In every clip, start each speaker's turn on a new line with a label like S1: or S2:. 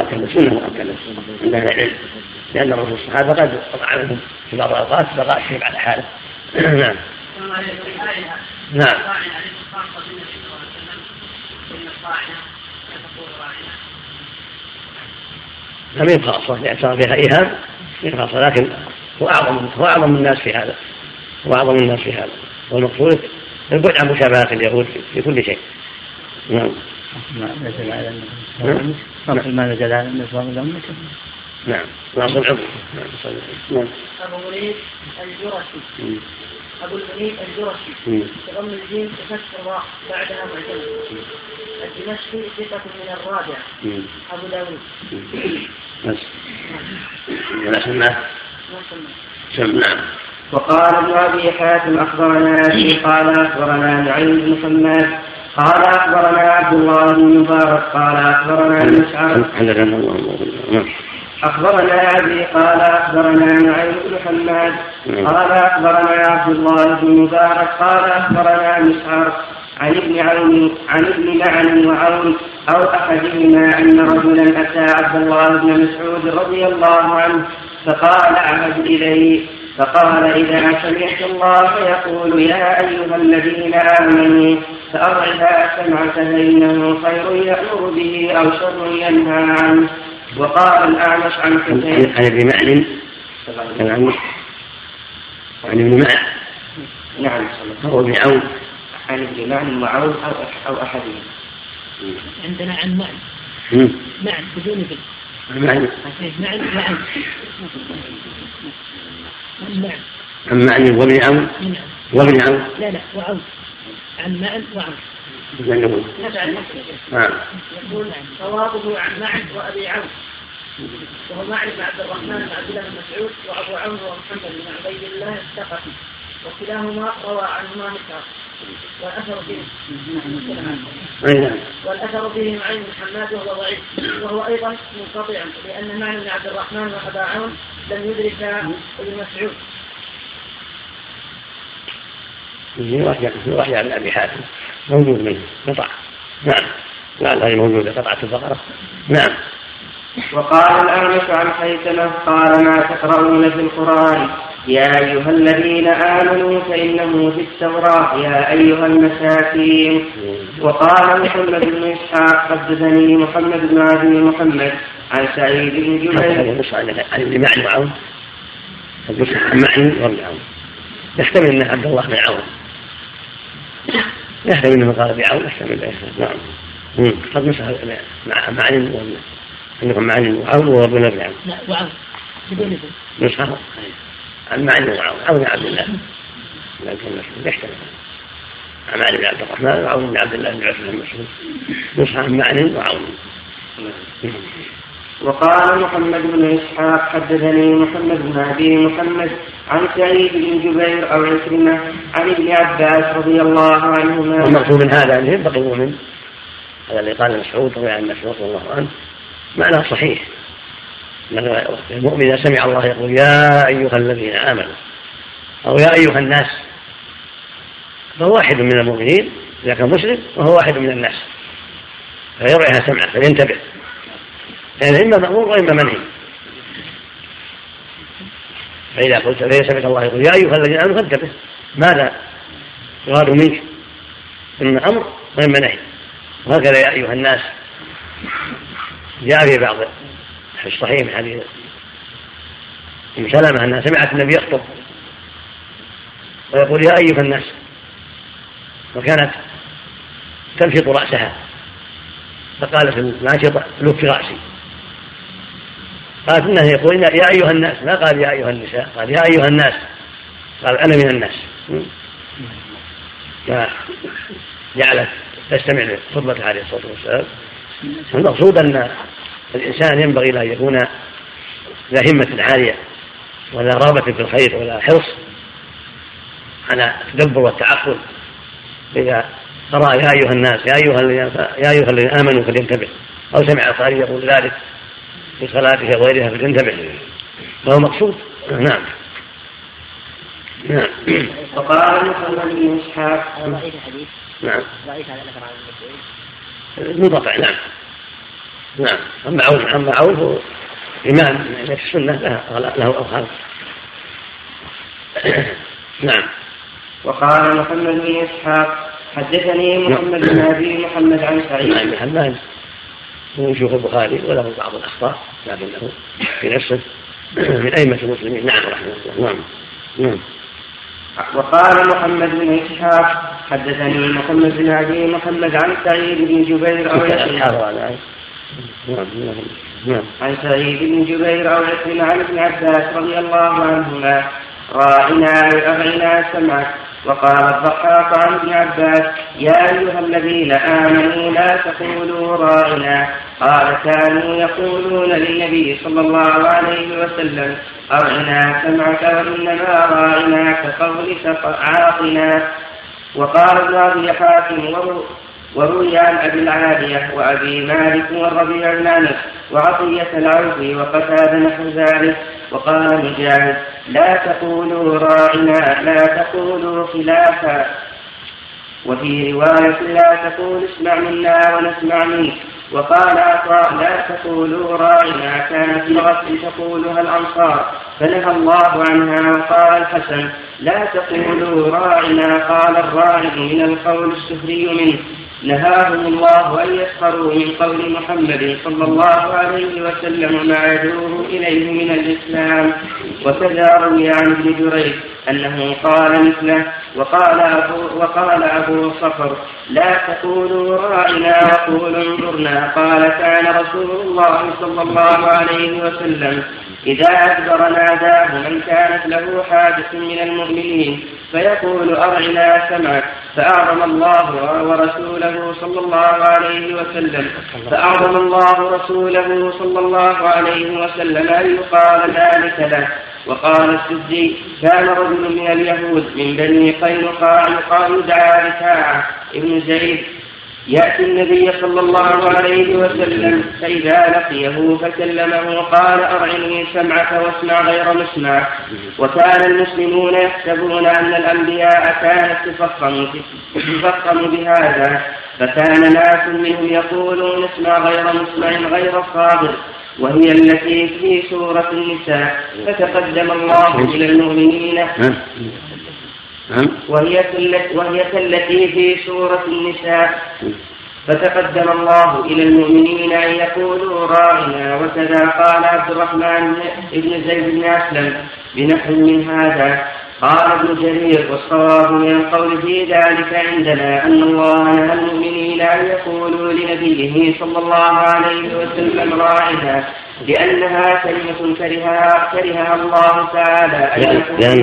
S1: مؤكدة، سنة مؤكدة عند أهل العلم، لأن رسول الصحابة قد وقع منهم في بعض الأوقات بقاء الشيء بعد حاله. نعم. نعم. لم يبقى خاصة لأن صار فيها إيهام خاصة، لكن هو أعظم الناس في هذا، وأعظم الناس في هذا، والمقصود البعد عن مشابهة اليهود في كل شيء. نعم.
S2: ما نزل على النظام الأمة.
S1: نعم. نعم.
S3: أبو منيب الجرشي. أبو المنيب الجرشي بضم الجيم بفتح الراء بعدها معجمة. الدمشقي ثقة من الرابع. أبو داود.
S1: نعم.
S4: وقال ابن أبي حاتم أخبرنا أبي قال أخبرنا نعيم بن محمد قال أخبرنا عبد الله بن مبارك قال أخبرنا مسعر أخبرنا أبي قال أخبرنا نعيم بن محمد قال أخبرنا عبد الله بن مبارك قال أخبرنا مسعر عن ابن معن وعون أو أحدهما أن رجلا أتى عبد الله بن مسعود رضي الله عنه فقال أعهد إليه فقال إذا سمعت الله يقول يا أيها الذين آمنوا فأرعها سمعك فإنه خير يأمر به أو شر ينهى عنه. وقال الأعمش عن حسين
S1: عن ابن معن عن ابن معن
S4: نعم
S1: هو ابن عون
S4: عن ابن معن وعون أو أحدهم.
S3: عندنا عن معن معن بدون ابن
S1: معن عن معن وابن عون وابن عون
S3: لا وعون عن معن وعون يقول صوابه عن معن وأبي عون وهو معن بن عبد الرحمن بن عبد الله بن مسعود وأبو عون ومحمد بن عبيد الله الثقفي وكلاهما روى عنهما مسعر والأثر فيه معين بن حماد وهو ضعيف وهو أيضا منقطع لأن معن بن عبد الرحمن وأبا عون لم يدرك ابن مسعود.
S1: يرجع من أبي حاتم موجود منه قطع. نعم. لا هذه موجودة قطعة البقرة. نعم.
S4: وقال الأعمش عن حيثمة قال ما تقرؤون في القرآن يا أيها الذين آمنوا فإنه في التوراة يا أيها المساكين. وقال محمد بن إسحاق حدثني محمد بن عبد محمد عن سعيد بن جبير
S1: عن ابن معن وعون معن وابن عون يحتمل أن عبد الله بن عون يحتمل أنه قال بعون يحتمل. نعم. قد مسح معن عندكم معن وعون وابن ابن عون.
S3: لا وعون بدون
S1: نسخة عن معن وعون عون عبد الله لكن يحتمل عن معن بن عبد الرحمن وعون بن عبد الله بن عثمان بن مسعود نسخة عن معن وعون.
S4: وقال محمد بن إسحاق حدثني محمد بن أبي محمد عن سعيد بن جبير أو عكرمة عن ابن عباس رضي الله عنهما.
S1: المقصود من هذا أن ينبغي المؤمن هذا اللي قال مسعود رضي عن مسعود رضي الله عنه معناه صحيح. المؤمن إذا سمع الله يقول يا أيها الذين آمنوا أو يا أيها الناس فهو واحد من المؤمنين إذا كان مسلم وهو واحد من الناس فيرعها سمعه فينتبه يعني إما مأمور وإما منهي. فإذا قلت فإذا سمعت الله يقول يا أيها الذين آمنوا فانتبه ماذا يراد منك إما أمر وإما نهي. وهكذا يا أيها الناس جاء في بعض الصحيح من حديث أم سلمة أنها سمعت النبي يخطب ويقول يا أيها الناس وكانت تمشط رأسها فقالت الناشطة لف رأسي قالت إنه يقول يا أيها الناس ما قال يا أيها النساء قال يا أيها الناس قال أنا من الناس فجعلت تستمع لخطبته عليه الصلاة والسلام. المقصود أن الإنسان ينبغي له أن يكون ذا همة عالية ولا رغبة في الخير ولا حرص على التدبر والتعقل. إذا قرأ يا أيها الناس يا أيها الذين آمنوا فلينتبه أو سمع القارئ يقول ذلك في صلاته وغيرها فلينتبه فهو مقصود. نعم. نعم.
S4: وقال محمد بن إسحاق
S3: ضعيف الحديث.
S1: نعم.
S3: ضعيف هذا الأثر عن المسعود
S1: منقطع. نعم نعم. أما عون هو إمام في السنة له أوهام. نعم.
S4: وقال محمد بن إسحاق حدثني محمد بن أبي محمد عن سعيد.
S1: نعم. محمد هو شيوخ البخاري وله بعض الأخطاء لكنه في نفسه من أئمة المسلمين. نعم رحمه الله. نعم.
S4: وقال محمد بن إسحاق حدثني محمد بن أبي محمد عن سعيد بن جبير أو عن سعيد بن جبير أو يسلم عن ابن عباس رضي الله عنهما راعنا وأرعنا سمعك. وقال الضحاك عن ابن عباس يا أيها الذين آمنوا لا تقولوا راعنا. قال كانوا يقولون للنبي صلى الله عليه وسلم أرعنا سمعك وإنما راعنا كقولك عاقنا. وقال ابن أبي حاتم وروي عن أبي العالية وأبي مالك والربيع بن أنس وعطية العوفي وقتادة نحو ذلك. وقال مجاهد لا تقولوا راعنا لا تقولوا خلافا. وفي رواية لا تقول اسمع منا ونسمع منك. وقال عطاء لا تقولوا راعنا كانت لغة تقولها الأنصار فنهى الله عنها. وقال الحسن لا تقولوا راعنا قال الراعي من القول السخري منه نهاهم الله أن يسخروا من قول محمد صلى الله عليه وسلم ما يدعوه إليه من الإسلام. وكذا روي عن ابن جريج أنه قال مثله. وقال أبو صخر لا تقولوا راعنا وقولوا انظرنا. قال كان رسول الله صلى الله عليه وسلم إذا أدبر ناداه من كانت له حاجة من المؤمنين فيقول أرعنا سمعك. فأعظم الله ورسوله صلى الله عليه وسلم أن يقال ذلك له. وقال السدي كان رجل من اليهود من بني قينقاع يدعى رفاعة ابن زيد يأتي النبي صلى الله عليه وسلم فإذا لقيه فكلمه قال أرعني سمعك واسمع غير مسمع. وكان المسلمون يحسبون أن الأنبياء كانت تفخم بهذا فكان ناس منهم يقولون اسمع غير مسمع غير صابر وهي التي في سورة النساء. فتقدم الله إلى المؤمنين وهي التي في سورة النساء فتقدم الله إلى المؤمنين أن يقولوا راعنا. وكذا قال عبد الرحمن بن زيد بن أسلم بنحو من هذا. قال ابن جرير والصواب من القول في ذلك عندنا أن الله نهى المؤمنين أن يقولوا لنبيه صلى الله عليه وسلم راعنا لأنها كلمة كرهها الله تعالى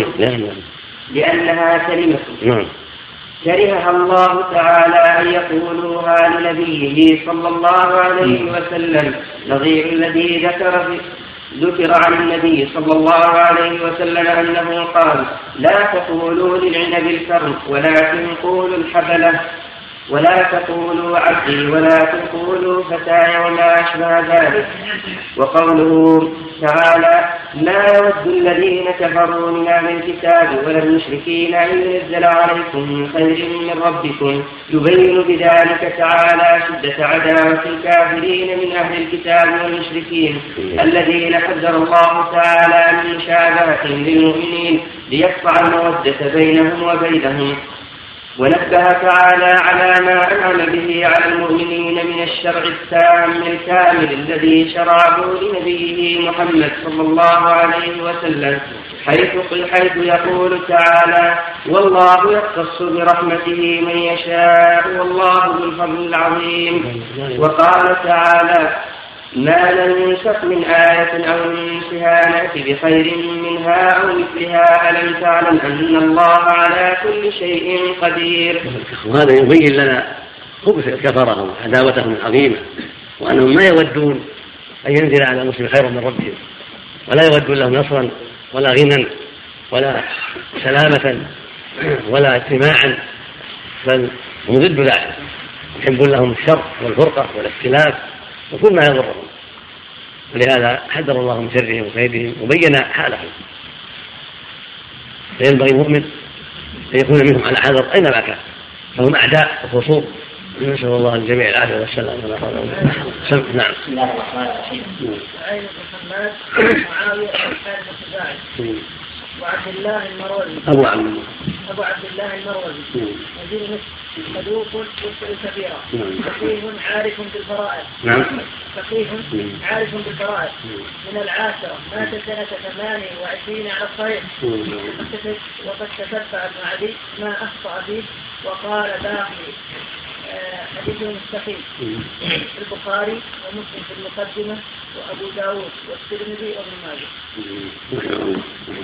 S4: كرهها الله تعالى أن يقولوها لنبيه صلى الله عليه وسلم نظير الذي ذكر عن النبي صلى الله عليه وسلم أنه قال لا تقولوا للعنب الكرم ولكن قولوا الحبلة ولا تقولوا عبدي ولكن قولوا فتاي وما أشبه ذلك. وقوله تعالى لا يود الذين كفروا من أهل الكتاب ولا المشركين أن ينزل عليكم من خير من ربكم يبين بذلك تعالى شدة عداوة الكافرين من أهل الكتاب والمشركين الذين حذر الله تعالى من مشابهتهم للمؤمنين ليقطع المودة بينهم وبينهم. ونبه تعالى على ما أنعم به على المؤمنين من الشرع التام الكامل الذي شرعه لنبيه محمد صلى الله عليه وسلم حيث يقول تعالى والله يختص برحمته من يشاء والله ذو الفضل العظيم. وقال تعالى ما ننسخ من آية أو ننسها نأتي بخير منها أو مثلها ألم تعلم أن الله على كل شيء قدير.
S1: وهذا يبين لنا خبث الكفرة وعداوتهم العظيمة وأنهم ما يودون أن ينزل على المسلم خير من ربهم ولا يودون لهم نصرا ولا غنى ولا سلامة ولا اجتماعا بل هم ضد ذلك يحبون لهم الشر والفرقة والاختلاف وكل ما يضرهم. ولهذا حذر الله من شرهم وكيدهم وبين حالهم. فينبغي المؤمن أن يكون منهم على حذر أينما كان فهم أعداء وخصوم نسأل الله الجميع العافية والسلام. نعم.
S3: بسم الله الرحمن الرحيم. سعيد بن محمد معاوية الحارث الخزاعي وعبد الله المروزي
S1: أبو
S3: عبد الله المروزي وزير مصر صدوق يخطئ كثيرا فقيه عارف بالفرائض.
S1: نعم.
S3: فقيه عارف بالفرائض من العاشرة مات سنة 28 على الصحيح. وقد تتبع ابن عدي ما أخطأ فيه وقال باقي حديث مستقيم البخاري ومسلم في المقدمة وأبو داود والترمذي وابن ماجه.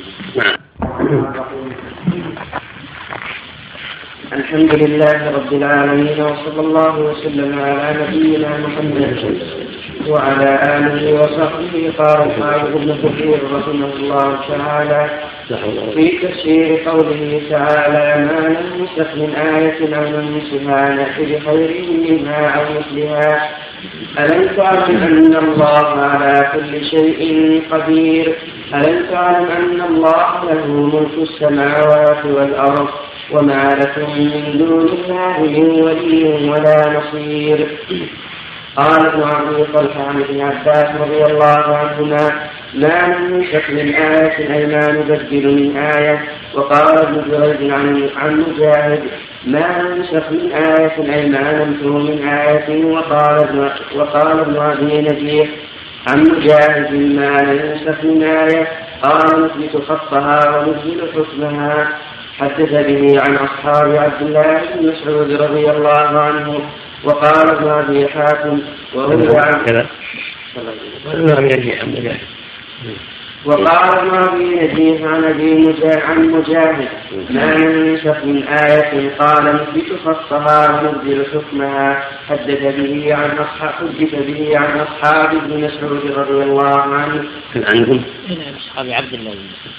S4: الحمد لله رب العالمين وصلى الله وسلم على نبينا محمد وعلى آله وصحبه. قال الحافظ ابن كثير رحمه الله تعالى في تفسير قوله تعالى ما ننسخ من آية أو ننسها نأتي بخير منها أو مثلها ألم تعلم أن الله على كل شيء قدير ألم تعلم أن الله له ملك السماوات والأرض وما لكم من دون الله من ولي ولا نصير. قال ابن أبي طلحة عن ابن عباس رضي الله عنهما ما ننسخ من آية أي ما نبدل من آية. وقال ابن جريج عن مجاهد ما ننسخ من آية أي ما نمحو من آية. وقال ابن أبي نجيح عن مجاهد ما ننسخ من آية قال نثبت خطها ونزل حكمها. حدث به عن أصحاب عبد الله بن مسعود رضي الله عنه. وقال ابن أبي حاتم وروي عن وقال ابن أبي نجيح عن مجاهد ما ننسخ من آية قال نثبت خصها وننزل حكمها. حدث به عن أصحاب ابن مسعود رضي الله عنه.
S1: عنهم
S2: أصحاب عبد الله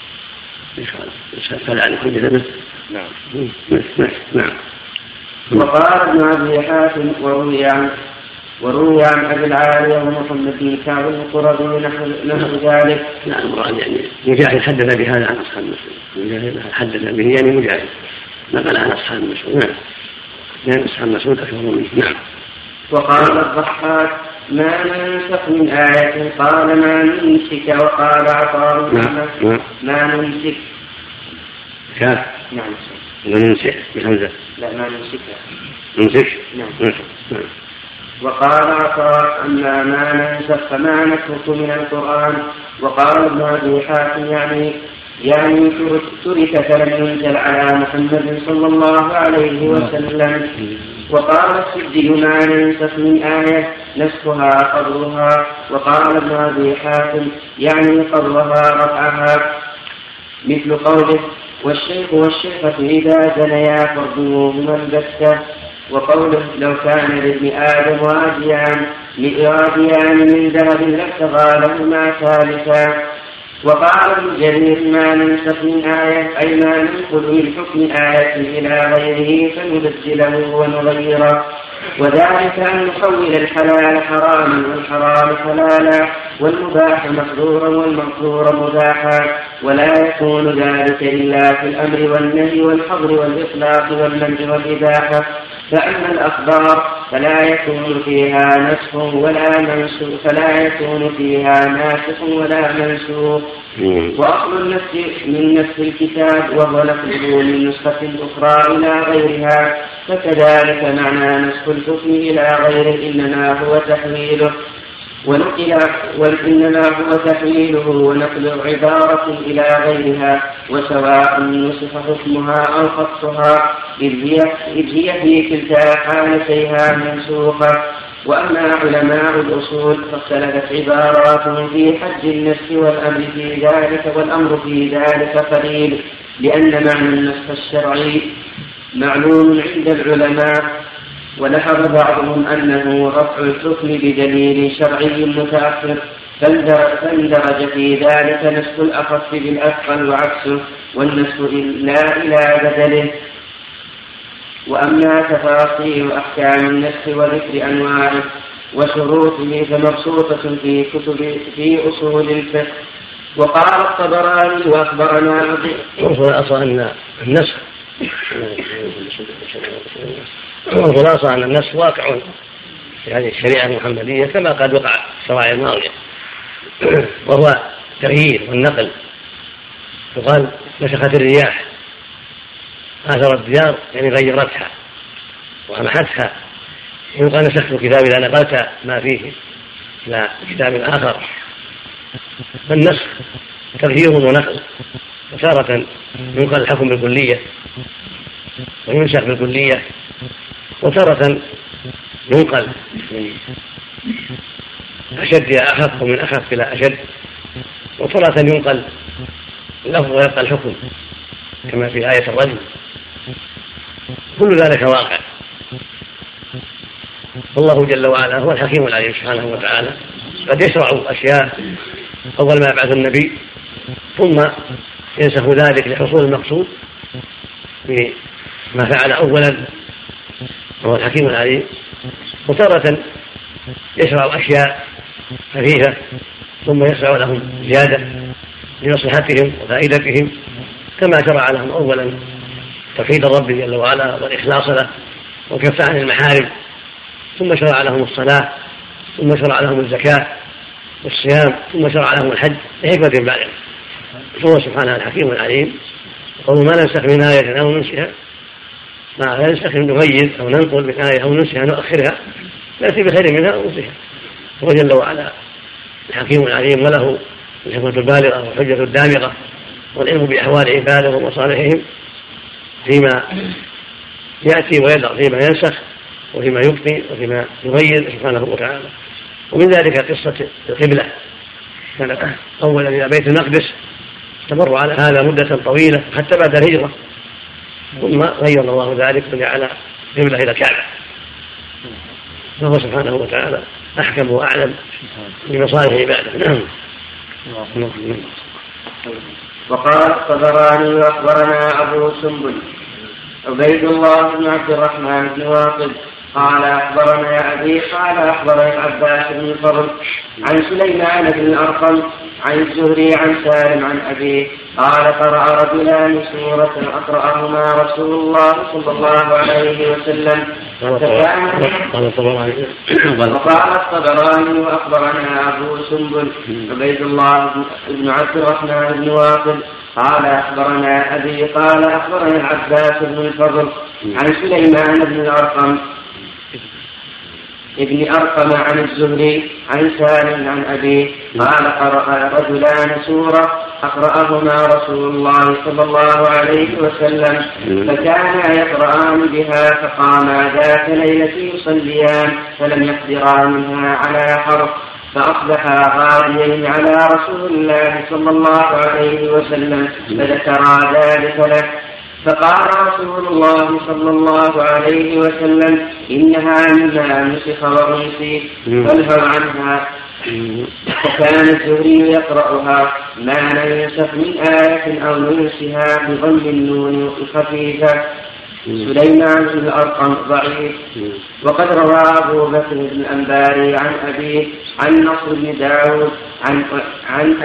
S1: نعم.
S4: وقال ابن أبي حاتم وروي عن أبي العالية ومحمد بن كعب القرظي نحو ذلك.
S1: نعم. المراد يعني مجاهد حدث بهذا عن أصحاب مسعود. مجاهد حدث به يعني مجاهد نقل عن أصحاب مسعود. نعم. لأن أصحاب مسعود أكثر منه. نعم.
S4: وقال الضحاك ما ننسخ من آية قال ما ننسك. وقال عطاء ما ننسك.
S1: كاف.
S4: نعم.
S1: ننسك بحمزة.
S4: لا ما ننسك.
S1: ننسك.
S4: نعم. وقال عطاء أما ما ننسخ فما نترك من القرآن. وقال ابن أبي حاتم يعني ترك فلم ينزل على محمد صلى الله عليه وسلم. وقال السدي ما ننسخ من آية نسخها قدرها. وقال ابن أبي حاتم يعني قدرها رفعها مثل قوله والشيخ والشيخة إذا زنيا فردوهما البتة. وقوله لو كان لابن آدم واديان من ذهب لابتغى لهما ثالثا. وقال ابن جرير ما ننسخ من آية أي ما ننقل من حكم آية إلى غيره فنبدله ونغيره. وذلك أن نحول الحلال حراما والحرام حلالا والمباح محظورا والمحظور مباحا. ولا يكون ذلك إلا في الأمر والنهي والحظر والإطلاق والمنع والإباحة. فأما الأخبار فلا يكون فيها نسخ ولا منسوخ. وأصل النسخ من نسخ الكتاب وهو نقله من نسخة أخرى إلى غيرها. فكذلك معنى نسخ الحكم إلى غيره إنما هو تحويله ونقل عبارة إلى غيرها وسواء نسخ حكمها أو خطها إذ هي في كلتا حالتيها منسوخة. وأما علماء الأصول فاختلفت عباراتهم في حد النسخ والأمر في ذلك قليل لأن معنى النسخ الشرعي معلوم عند العلماء. ولاحظ بعضهم أنه رفع الحكم بدليل شرعي متأخر فاندرج في ذلك نسخ الأخف بالأثقل وعكسه والنسخ لا إلى بدله. وأما تفاصيل أحكام النسخ وذكر أنواعه وشروطه فمبسوطة في أصول الفقه. وقال الطبراني وأخبرنا
S1: الأصل أن النسخ والخلاصة أن النسخ واقع في هذه الشريعة المحمدية كما قد وقع في الشرائع الماضية، وهو تغيير والنقل. يقال نسخت الرياح، آثرت الديار يعني غيرتها ومحتها. يقال نسخت الكتاب إذا نقلت ما فيه إلى كتاب آخر. فالنسخ تغيير ونقل، وتارة ينقل الحكم بالكلية وينسخ بالكلية، وتارة ينقل من أشد إلى أخف ومن أخف إلى أشد، وتارة ينقل اللفظ ويبقى الحكم كما في آية الرجم. كل ذلك واقع. والله جل وعلا هو الحكيم العليم سبحانه وتعالى، قد يشرع أشياء أول ما يبعث النبي ثم ينسخ ذلك لحصول المقصود بما فعل أولا، وهو الحكيم العليم. وتارة يشرع أشياء خفيفة ثم يشرع لهم زيادة لمصلحتهم وفائدتهم، كما شرع لهم أولا توحيد الرب جل وعلا والإخلاص له وكف عن المحارم، ثم شرع لهم الصلاة، ثم شرع لهم الزكاة والصيام، ثم شرع لهم الحج لحكمة بالغة. فهو سبحانه الحكيم العليم. قالوا ما ننسخ من آية أو ننسها، ما ننسخ نغير أو ننقل من آية أو ننسها نؤخرها، نأتي بخير منها أو ننسها. هو جل وعلا الحكيم العليم، وله الحكمة البالغة والحجة الدامغة والعلم بأحوال عباده ومصالحهم فيما يأتي ويدع، فيما ينسخ وفيما يبقي وفيما يغير سبحانه وتعالى. ومن ذلك قصة القبلة، كانت أولا إلى بيت المقدس، استمروا على هذا مدة طويلة حتى بعد الهجرة، ثم غير الله ذلك وجعل قبلة إلى الكعبة. فهو سبحانه وتعالى أحكم وأعلم بمصالح عباده.
S4: وقال الطبراني أخبرنا أبو سنبل عبيد الله بن عبد الرحمن بن واقد قال أخبرنا أبي قال أخبرنا عباس بن الفضل عن سليمان بن الأرقم عن الزهري عن سالم عن أبيه قال قرأ رجلان سورة أقرأهما رسول الله صلى الله عليه وسلم. وقال الطبراني وأخبرنا أبو سنبل عبيد الله بن عبد الرحمن بن واقد قال أخبرنا أبي قال أخبرنا العباس بن الفضل عن سليمان بن الأرقم ابن أرقم عن الزهري عن سالم عن أبيه قال قرأ رجلان سورة أقرأهما رسول الله صلى الله عليه وسلم فكانا يقرآن بها فقاما ذات ليلة يصليان فلم يقدرا منها على حرف فأصبحا غاليين على رسول الله صلى الله عليه وسلم فذكرا ذلك له فقال رسول الله صلى الله عليه وسلم إنها مما نسخ وأنسي فالهوا عنها. وكان الزهري يقرأها ما ننسخ من آية أو ننسها بضم النون الخفيفة. سليمان بن الأرقم ضعيف. وقد روى أبو بكر بن الأنباري عن أبيه عن نصر بن داود عن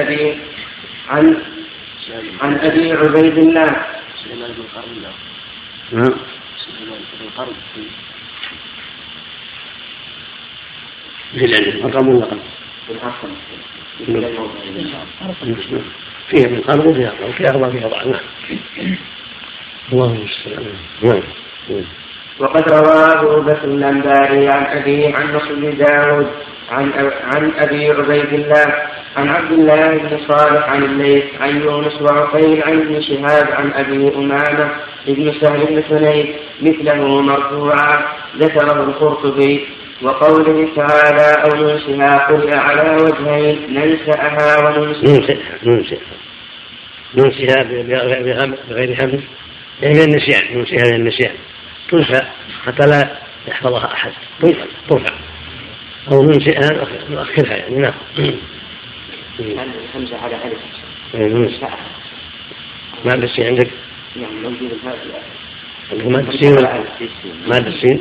S4: أبي عبيد الله
S2: سليمان بن القرن سليمان بن القرن
S1: في العلم الرقم والرقم فيها من القرن وفيها الرقم كلاهما فيها ضعف. الله المستعان.
S4: وقد روى أبو بكر الأنباري عن أبيه عن نصر بن داود عن أبي عبيد الله عن عبد الله بن صالح عن الليث عن يونس وعقيل عن ابن شهاب عن أبي أمامة ابن سهل بن حنيف مثله مرفوعا ذكره القرطبي. وقوله تعالى أو ننسها قرئ على وجهين ننسأها
S1: ننسها بغير حمل يعني النسيان، ننسيها النسيان تنسى حتى لا يحفظها أحد، ترفع أو ننسيها نؤخرها يعني. نعم.
S2: الحمزة على ألف
S1: ما بالسين عندك؟
S2: يعني موجود
S1: عندك ما بالسين ولا ما بالسين؟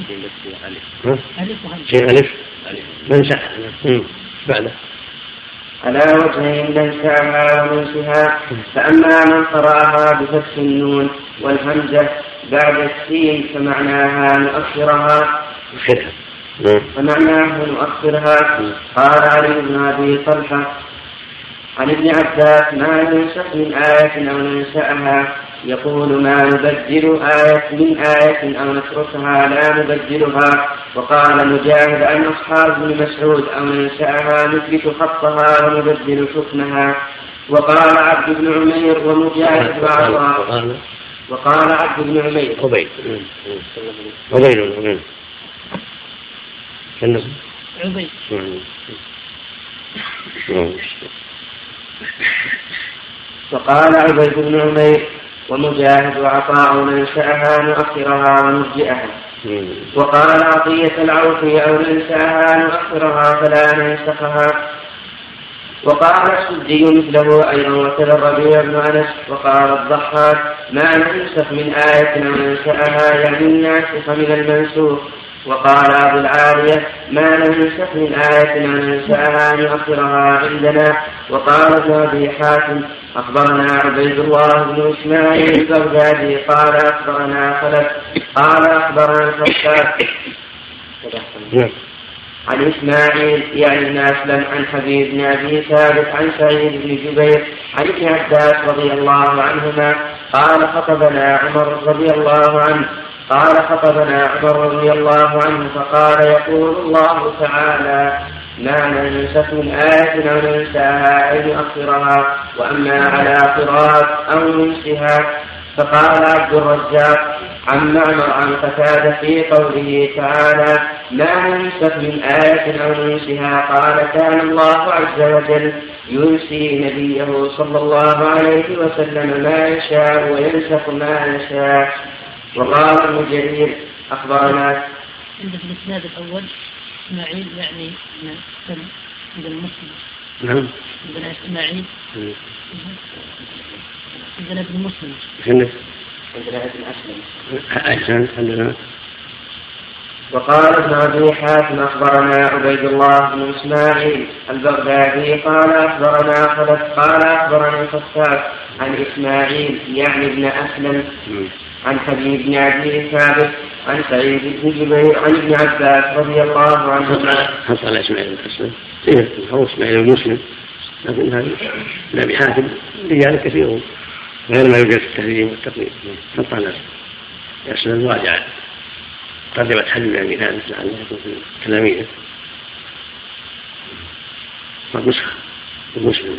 S1: سين ألف منسى بعده
S4: على وجهين ننساها وننسها. فأما من قرأها بفتح النون والهمزة بعد السين فمعناها نؤخرها قال علي بن أبي طلحة عن ابن عباس ما ننسخ من آية أو ننسأها يقول ما نبدل من آية أو نتركها لا نبدلها. وقال مجاهد عن أصحاب بن مسعود أو ننسأها نثبت خطها ونبدل حكمها. وقال عبد بن عمير ومجاهد وعطاء. وقال عبد بن عمير وقال عبيد بن عمير ومجاهد وعطاء ننسأها نؤخرها ونرجئها. وقال عطية العوفي أو ننسأها نؤخرها فلا ننسخها. وقال السدي مثله أيضا وكذا الربيع بن أنس. وقال الضحاك ما ننسخ من آية أو ننسأها يعني الناسخ من المنسوخ. وقال أبو العالية ما ننسخ من آية أو ننسأها نؤخرها عندنا. وقال ابن أبي حاتم أخبرنا عبيد الله بن إسماعيل البغدادي قال أخبرنا خلف قال أخبرنا الخشاب عن إسماعيل يعني بن أسلم عن حبيب بن أبي ثابت عن سعيد بن جبير عن ابن عباس رضي الله عنهما قال خطبنا عمر رضي الله عنه فقال يقول الله تعالى ما ننسخ من آية أو ننساها أي نؤخرها. وأما على قراءة أو ننسها فقال عبد الرزاق عن معمر عن قتادة في قوله تعالى ما ننسخ من آية أو ننسها قال كان الله عز وجل ينسي نبيه صلى الله عليه وسلم ما يشاء وينسخ ما يشاء. وقال ابن جرير أخبرنا
S3: عند الإسناد الأول إسماعيل يعني عند المسلم عندنا إسماعيل عندنا ابن مسلم عندنا ابن أسلم. وقال ابن أبي حاتم أخبرنا عبيد الله بن إسماعيل البغدادي قال أخبرنا خلف قال أخبرنا الخشاب عن إسماعيل يعني ابن أسلم عن حبيب بن أبي ثابت عن سعيد بن جبير عن ابن عباس رضي الله عنه.
S1: حصل على إسماعيل بن أسلم هو إسماعيل بن مسلم لكن هذا ابن أبي حاتم رجال كثيرون غير ما يوجد في التهذيب والتقريب. حط على أسلم راجع قدمت حبيب بن أبي ثابت لعله يكون في تلاميذه فنسخة المسلم.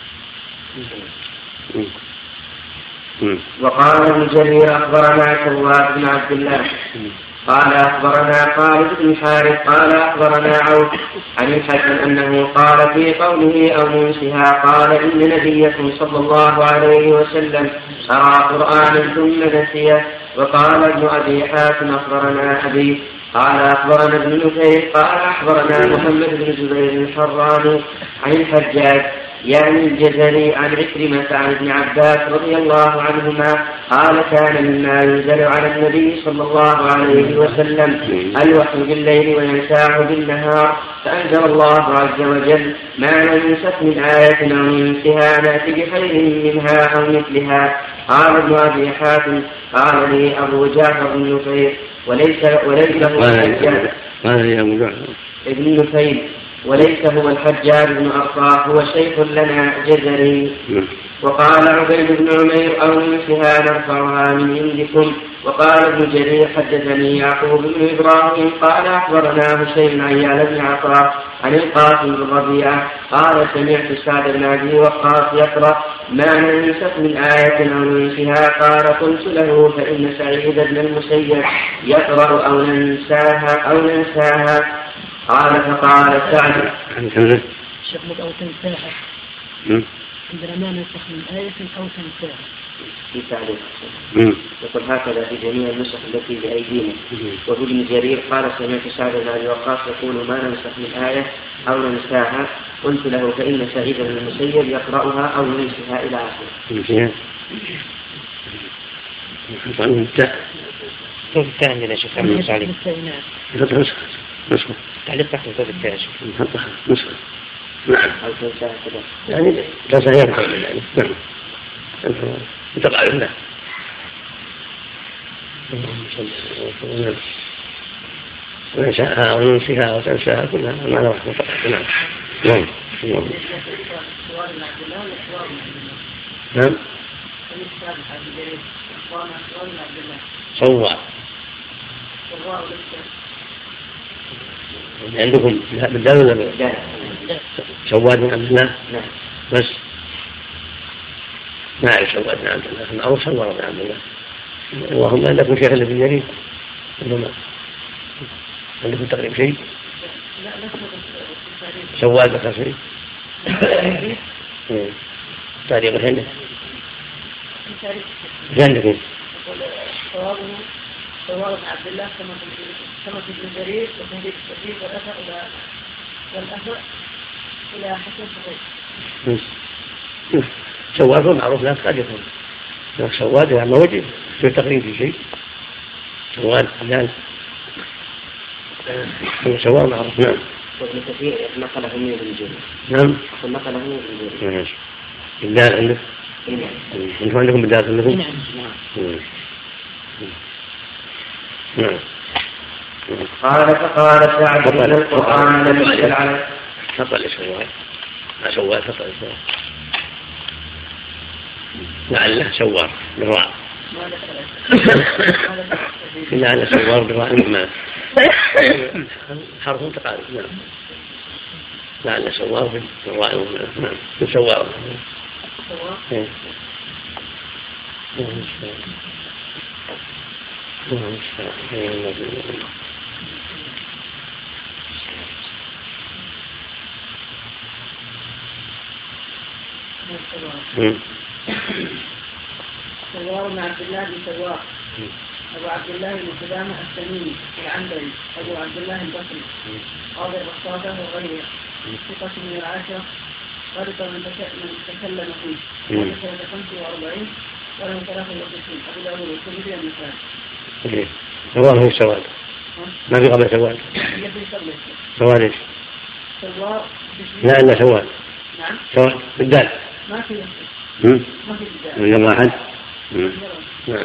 S4: وقال ابن جرير أخبرنا كواب بن عبد الله قال أخبرنا خالد بن حارث قال أخبرنا عوف عن الحسن أنه قال في قوله أو ننسها قال إن نبيكم صلى الله عليه وسلم أرى قرآنا ثم نسيه. وقال ابن أبي حاتم أخبرنا أبي قال أخبرنا ابن نفيل قال أخبرنا محمد بن زبير الحراني عن الحجاج يعني الجزري عن عكرمة عن ابن عباس رضي الله عنهما قال كان مما ينزل على النبي صلى الله عليه وسلم الوحي بالليل وينساه بالنهار فأنزل الله عز وجل ما ننسخ من آية أو ننسها نأتي بخير منها أو مثلها. قال ابن أبي حاتم قال لي أبو جعفر بن نفيل وليس ابن نفيل وليس هو الحجاج بن أرطاح هو شيخ لنا جزري. وقال عبيد بن عمير أو ننسها نرفعها من عندكم. وقال ابن جرير حدثني يعقوب بن إبراهيم قال أخبرنا هشيم عن يعلى بن عطاء عن القاسم بن ربيعة قال سمعت سعد بن أبي وقاص يقرأ ما ننسخ من آية أو ننسها قال قلت له فإن سعيد بن المسيب يقرأ أو ننساها قال فقال سعد
S3: شغل أو تنساها عندنا ما ننسخ من آية أو تنساها
S4: في تعليق يقول هكذا في جميع النسخ التي بأيدينا. وفي ابن جرير قال سمعت سعد بن أبي وقاص يقول ما ننسخ من آية أو ننساها قلت له فإن سعيد بن المسيب يقرأها أو ينسها إلى آخره.
S1: عندنا شيخ عبد علي نسخة تعليق تحت الكتاب التاج نسخة نعم يعني لا سهيان يعني نعم متقارب له وينساها وننسيها وتنساها كلها المعنى واحد فقط. نعم. نعم. صوار عندكم بالدال ولا بالدال؟ سواد بن عبد الله بس ما أعرف سواد بن عبد الله، معروف سوار بن عبد الله. اللهم عندكم شيخ اللي في الجريد عندكم تقريب شيء؟ سواد ذكر شيء؟ تاريخ عندك؟ عندكم؟
S3: سوار بن عبد الله كما في ابن جرير وتهذيب التهذيب والأثر إلى حسن صغير.
S1: سواد معروف لا قد يكون سواد يعني وجه في تقريب شيء. سواد حلال سواد معروف. نعم.
S2: وابن كثير نقله من ابن جرير.
S1: نعم.
S2: نقله من ابن جرير.
S1: بالدال عندك؟ انتم عندكم بالدال عندكم؟ نعم.
S4: قال فقال سعد إن القرآن لم ينزل عليه.
S1: فقال سواد ما سواد فقال سواد لعله سوار بالراء. لعله سوار بالراء ما حرف متقارب. نعم. لعله سوار بالراء. نعم. سوار.
S3: سوار بن عبد الله بن سوار أبو عبد الله بن قدامة التميمي العنبري أبو عبد الله البصري قاضي الرصافة وغيره ثقة من العاشرة غلط من تكلم فيه سنة 45 وله 63 أبو داود والترمذي والنسائي.
S1: سوار هو سواد ما في قبل سواد. سواد ايش؟
S3: سوار
S1: لا إلا سواد.
S3: نعم.
S1: سواد بالدال.
S3: ما في
S1: بالدال. واحد. نعم.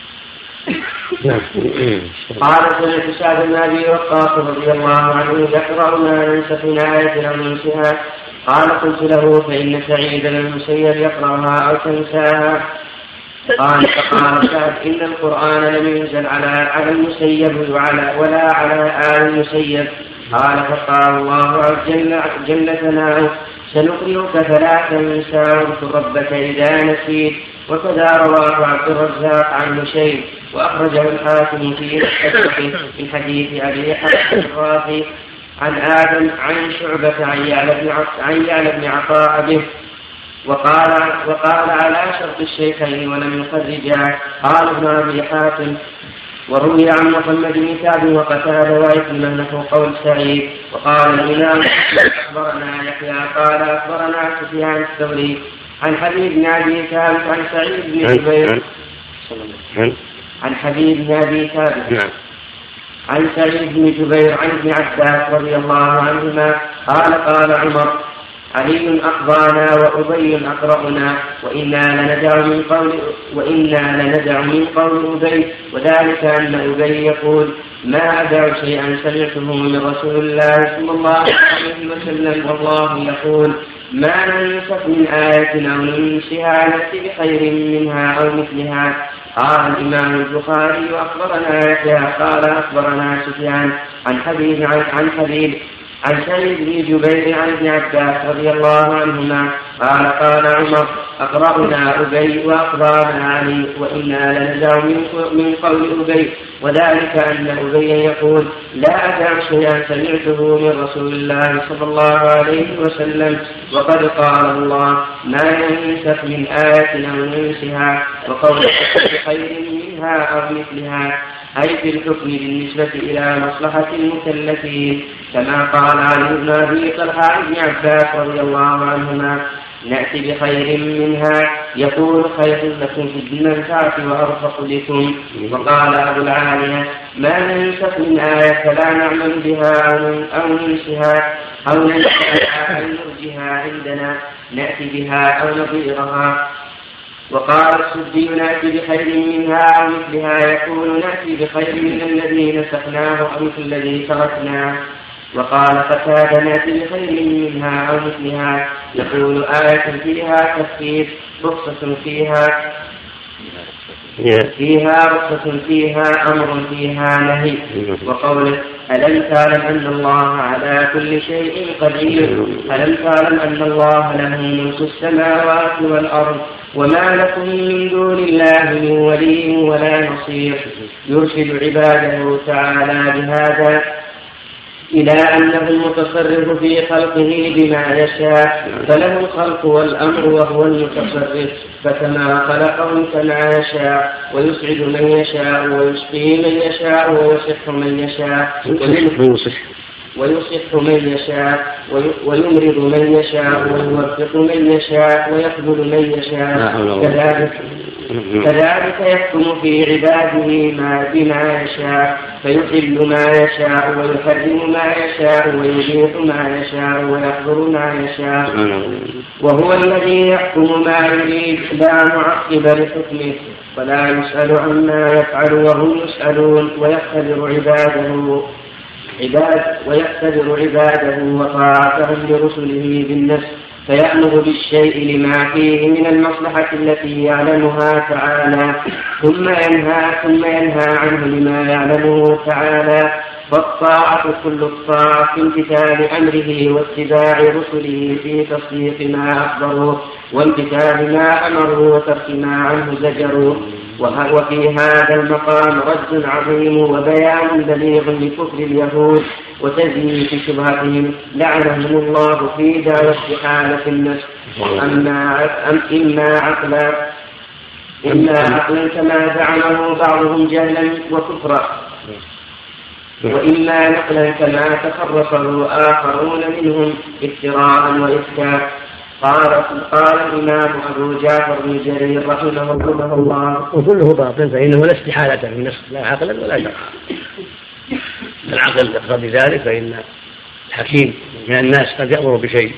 S4: قال سمعت سعد بن أبي وقاص رضي الله عنه يقرأ ما ننسخ من آية أو ننسها. قال قلت له فإن سعيد بن المسيب يقرأها أو تنساها. قال فقال سعد إن القرآن لم ينزل على المسيب ولا على آل المسيب. قال فقال الله جل ثناؤه سنقرئك فلا تنسى واذكر ربك إذا نسيت. وكذا رواه عبد الرزاق عن مشيب وأخرجه الحاكم في مستدركه من حديث أبي حاتم الرازي عن آدم عن شعبة عن يعلى بن عطاء به وقال على شرط الشيخين ولم يخرجا. قال ابن أبي حاتم وروي عن محمد بن كعب وقتادة وعكرمة نحو قول سعيد. وقال الإمام أخبرنا يحيى قال أخبرنا سفيان الثوري عن حبيب بن أبي ثابت عن سعيد بن جبير عن حبيب بن أبي ثابت عن سعيد بن جبير عن ابن عباس رضي الله عنهما قال عمر علي أقضانا وأبي أقرأنا وإنا لندع من قول أبي وذلك أن أبي يقول ما أدع شيئا سمعته من رسول الله صلى الله عليه وسلم والله يقول ما ننسخ من آية أو ننسها نأتي بخير منها أو مثلها. قال الإمام البخاري وأخبرنا يحيى قال أخبرنا سفيان عن حبيب عن سعيد بن جبير عن ابن عباس رضي الله عنهما قال عمر أقرأنا أبي وأقرأنا علي وإنا لنزع من قول أبي وذلك أن أبي يقول لا أدع شيئا سمعته من رسول الله صلى الله عليه وسلم وقد قال الله ما ينسخ من آية أو ننسها وقول خير منها أو مثلها أي في الحكم بالنسبة إلى مصلحة المكلفين كما قال علي بن أبي طلحة عن ابن عباس رضي الله عنهما نأتي بخير منها يقول خير لكم في المنفعة وأرفق لكم. وقال أبو العالية ما ننسخ من آية لا نعمل بها أو ننسها أو نرجها عندنا نأتي بها أو نظيرها وقال السدي نأتي بخير منها أو مثلها يقول نأتي بخير من الذي نسخناه أو مثل الذي تركناه. وقال قتادة نأتي بخير منها أو مثلها يقول آية فيها تخفيف رخصة فيها رخصة فيها أمر فيها نهي. وقوله ألم تعلم أن الله على كل شيء قدير ألم تعلم أن الله له ملك السماوات والأرض وما لكم من دون الله من ولي ولا نصير. يرشد عباده تعالى بهذا إلى أنه المتصرف في خلقه بما يشاء فله الخلق والأمر وهو المتصرف فكما خلقهم كما يشاء ويسعد من يشاء ويشقي من يشاء ويصح من يشاء ويصح من يشاء ويمرض من يشاء ويوفق من يشاء ويخذل من يشاء كذلك يحكم في عباده بما يشاء فيحل ما يشاء ويحرم ما يشاء ويبيح ما يشاء ويحظر ما يشاء وهو الذي يحكم ما يريد لا معقب لحكمه ولا يسأل عما يفعل وهم يسألون ويختبر عباده وطاعتهم لرسله بالنفس فيأمر بالشيء لما فيه من المصلحة التي يعلمها تعالى ثم ينهى عنه لما يعلمه تعالى. فالطاعة كل الطاعة في امتثال أمره واتباع رسله في تصديق ما أخبروه وامتثال ما أمروا وترك ما عنه زجروا. وفي هذا المقام رد عظيم وبيان بليغ لكفر اليهود وتزييف شبهتهم لعنهم الله في دار استحالة النفس إما عقلا كما زعمه بعضهم جهلا وكفرا وإما نقلا كما تخرصه آخرون منهم افتراء وإفكاء. قال الإمام أبو جعفر بن جرير رحمه الله
S1: وكله باطل فإنه لا استحالة في النسخ لا عقلا ولا شرعا. العقل يقتضي ذلك فإن الحكيم من الناس قد يأمر بشيء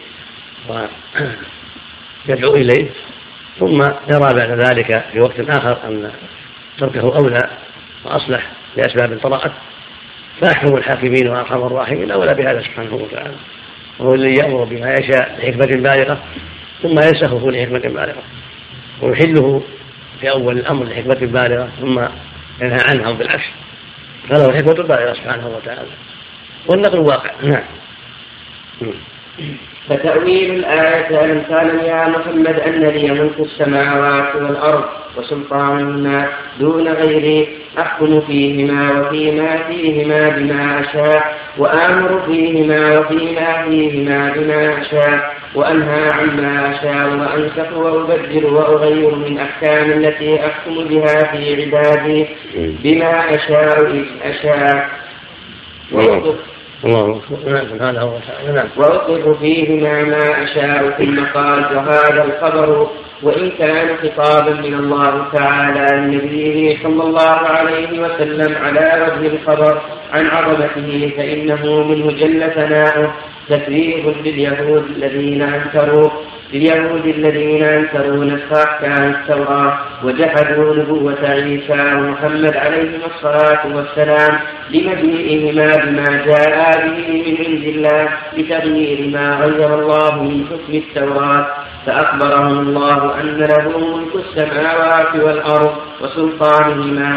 S1: ويدعو إليه ثم يرى بعد ذلك في وقت آخر أن تركه أولى وأصلح لأسباب طرأت فأحكم الحاكمين وأرحم الراحمين أولى بهذا سبحانه وتعالى وهو الذي يأمر بما يشاء لحكمة بالغة ثم ينسخه لحكمة بالغة ويحله في أول الأمر لحكمة بالغة ثم ينهى عنها بالعكس فله الحكمة بالغة سبحانه وتعالى والنقل واقع. نعم.
S4: فتأويل الآية ألم تعلم يا محمد أن لي ملك السماوات والأرض وسلطانهما دون غيري أحكم فيهما وفيما فيهما بما أشاء وآمر فيهما وفيما فيهما بما أشاء وأنهى عما أشاء وأنسخ وأبدل وأغير من أحكام التي أحكم بها في عبادي بما أشاء وأقر فيهما ما أشاء. ثم قال فهذا الخبر وإن كان خطابا من الله تعالى لنبيه صلى الله عليه وسلم على وجه الخبر عن عظمته فإنه منه جل ثناؤه تكذيب لليهود الذين أنكروا نسخ أحكام التوراة وجحدوا نبوة عيسى ومحمد عليهما الصلاة والسلام لمجيئهما بما جاء به من عند الله بتغيير ما غير الله من حكم التوراة. فأخبرهم الله أن له ملك السماوات والأرض وسلطانهما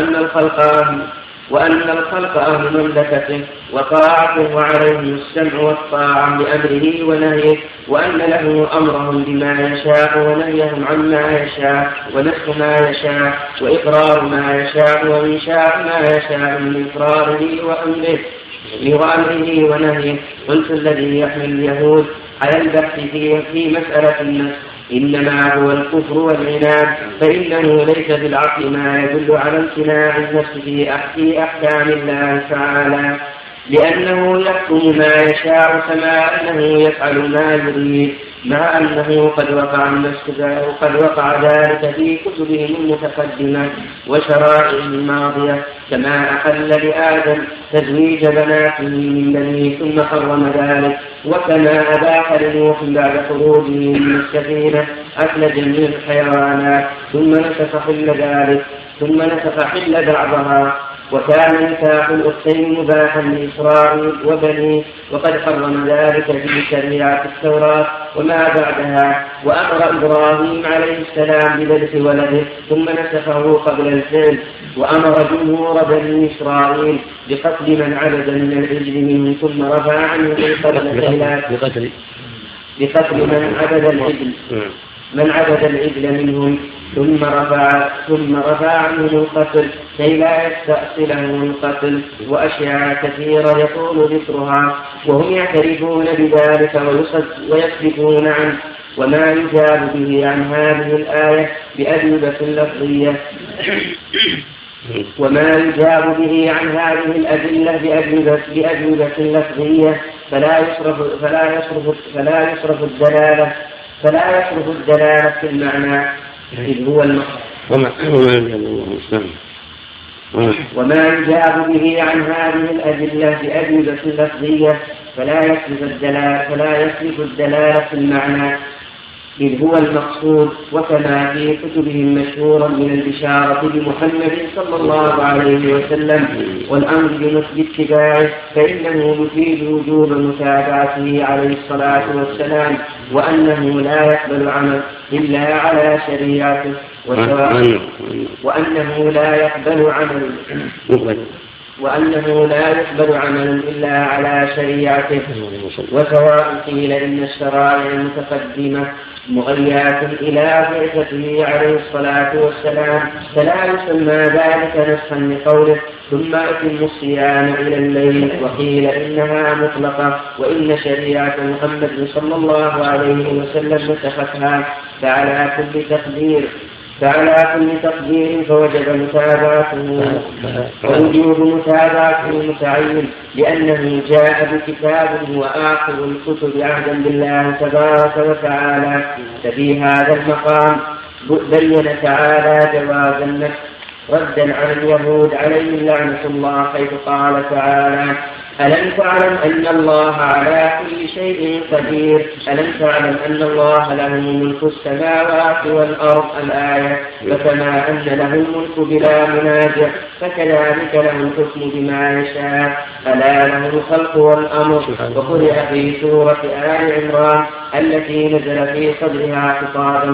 S4: وأن الخلق أهل مملكته وطاعته وعليهم السمع والطاعة لأمره ونهيه وأن له أمرهم بما يشاء ونهيهم عما يشاء ونسخ ما يشاء وإقرار ما يشاء وإنشاء ما يشاء من إقراره وأمره ونهيه. قلت الذي يحمل اليهود على البحث في مسألة النسخ إنما هو الكفر والعناد فإنه ليس في العقل ما يدل على امتناع النفس في أحكام الله تعالى لأنه يحكم ما يشاء كما أنه يفعل ما يريد مع أنه قد وقع ذلك في كتبهم المتقدمة وشرائعهم الماضية كما أحل لآدم تزويج بناته من بنيه ثم حرم ذلك وكما أباح لنوح بعد خروجه من السفينة أكل جميع الحيوانات ثم نسخ حل بعضها. وكان نكاح الأختين مباحا لإسرائيل وبنيه، وقد حرم ذلك في شريعة التوراة وما بعدها. وأمر إبراهيم عليه السلام بذبح ولده ثم نسخه قبل الفعل. وأمر جمهور بني إسرائيل بقتل من عبد من العجل منهم ثم رفع عنه بقتل من عبد العجل منهم ثم رفع عنه القتل كي لا يستأصله القتل. وأشياء كثيرة يطول ذكرها وهم يعترفون بذلك ويصدقون عنه. وما يجاب به عن هذه الآية بأجوبة لفظية فلا يصرف الدلالة في المعنى إذ هو المقصود. وما يجاب به عن هذه الأدلة بأجوبة لفظية فلا يصرف الدلالة في المعنى إذ هو المقصود. وكما في كتبهم مشهورا من البشارة بمحمد صلى الله عليه وسلم والأمر باتباعه فإنه يفيد وجوب متابعته عليه الصلاة والسلام، وأنه لا يقبل عمل إلا على شريعته، وأنه لا يقبل عمل إلا على شريعته. وسواء قيل إن الشرائع المتقدمة مغيات إلى بعثته عليه الصلاة والسلام فلا يسمى ذلك نسخا لقوله ثم أتم الصيام إلى الليل. وقيل إنها مطلقة وإن شريعة محمد صلى الله عليه وسلم نسختها. فعلى كل تقدير فوجب متابعته ووجوب متابعته متعين لأنه جاء بكتاب وآخر الكتب عهدا بالله تبارك وتعالى. ففي هذا المقام بين تعالى جواز النسخ ردا على اليهود عليهم لعنة الله، حيث قال تعالى ألم تعلم أن الله على كل شيء قدير ألم تعلم أن الله له ملك السماوات والأرض الآية. فكما أن له الملك بلا منازع فكذلك له الحكم بما يشاء ألا له الخلق والأمر. وقرئ في سورة آل عمران التي نزل في صدرها خطابا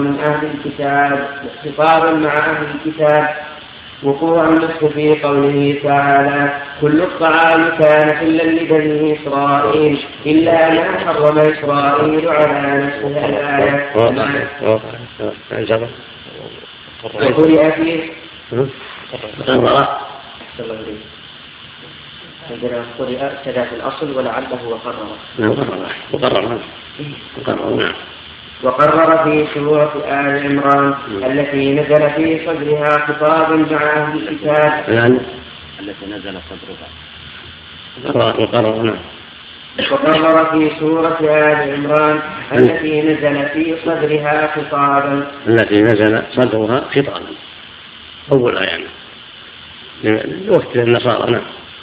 S4: مع أهل الكتاب وقوع النسخ في قوله تعالى كل الطعام كان حلا لبني إسرائيل إلا ما حرم إسرائيل على نفسه الآية. وقرئ فيه قرئ كذا في الأصل ولعله وقرر في سورة آل عمران التي نزل في صدرها خطاب مع أهل الكتاب
S2: التي نزل صدرها
S4: وقرر في سورة آل عمران التي نزل في صدرها خطابا
S1: أول آية لوقت النصارى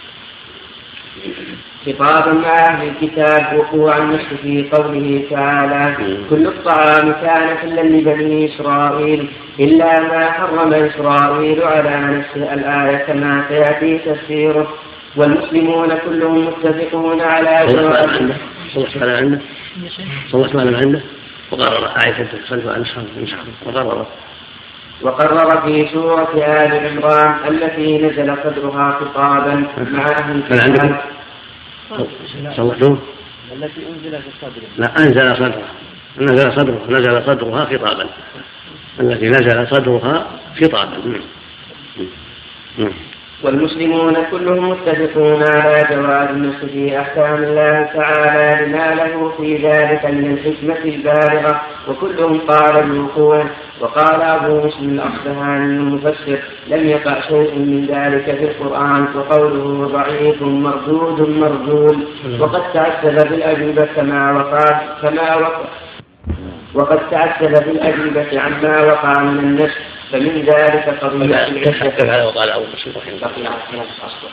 S4: خطابا مع أهل الكتاب وقوع النسخ في قوله تعالى كل الطعام كان حلا لبني إسرائيل إلا ما حرم إسرائيل على نفسه الآية كما سيأتي تفسيره. والمسلمون كلهم متفقون على جواز وقرر في سورة آل عمران التي نزل صدرها خطابا مع أهل الكتاب
S2: التي أنزل في الصدر
S1: نزل صدرها خطابا التي نزل صدرها خطابا.
S4: والمسلمون كلهم متفقون على جواز النسخ في أحكام الله تعالى لما له في ذلك من الحكمة البالغة وكلهم قال الوقوع. وقال أبو مسلم الأصبهاني المفسر لم يقع شيء من ذلك في القرآن وقوله ضعيف مردود وقد تعسف بالأجوبة وقد تعسف بالأجوبة عما وقع من النسخ. فمن ذلك قضية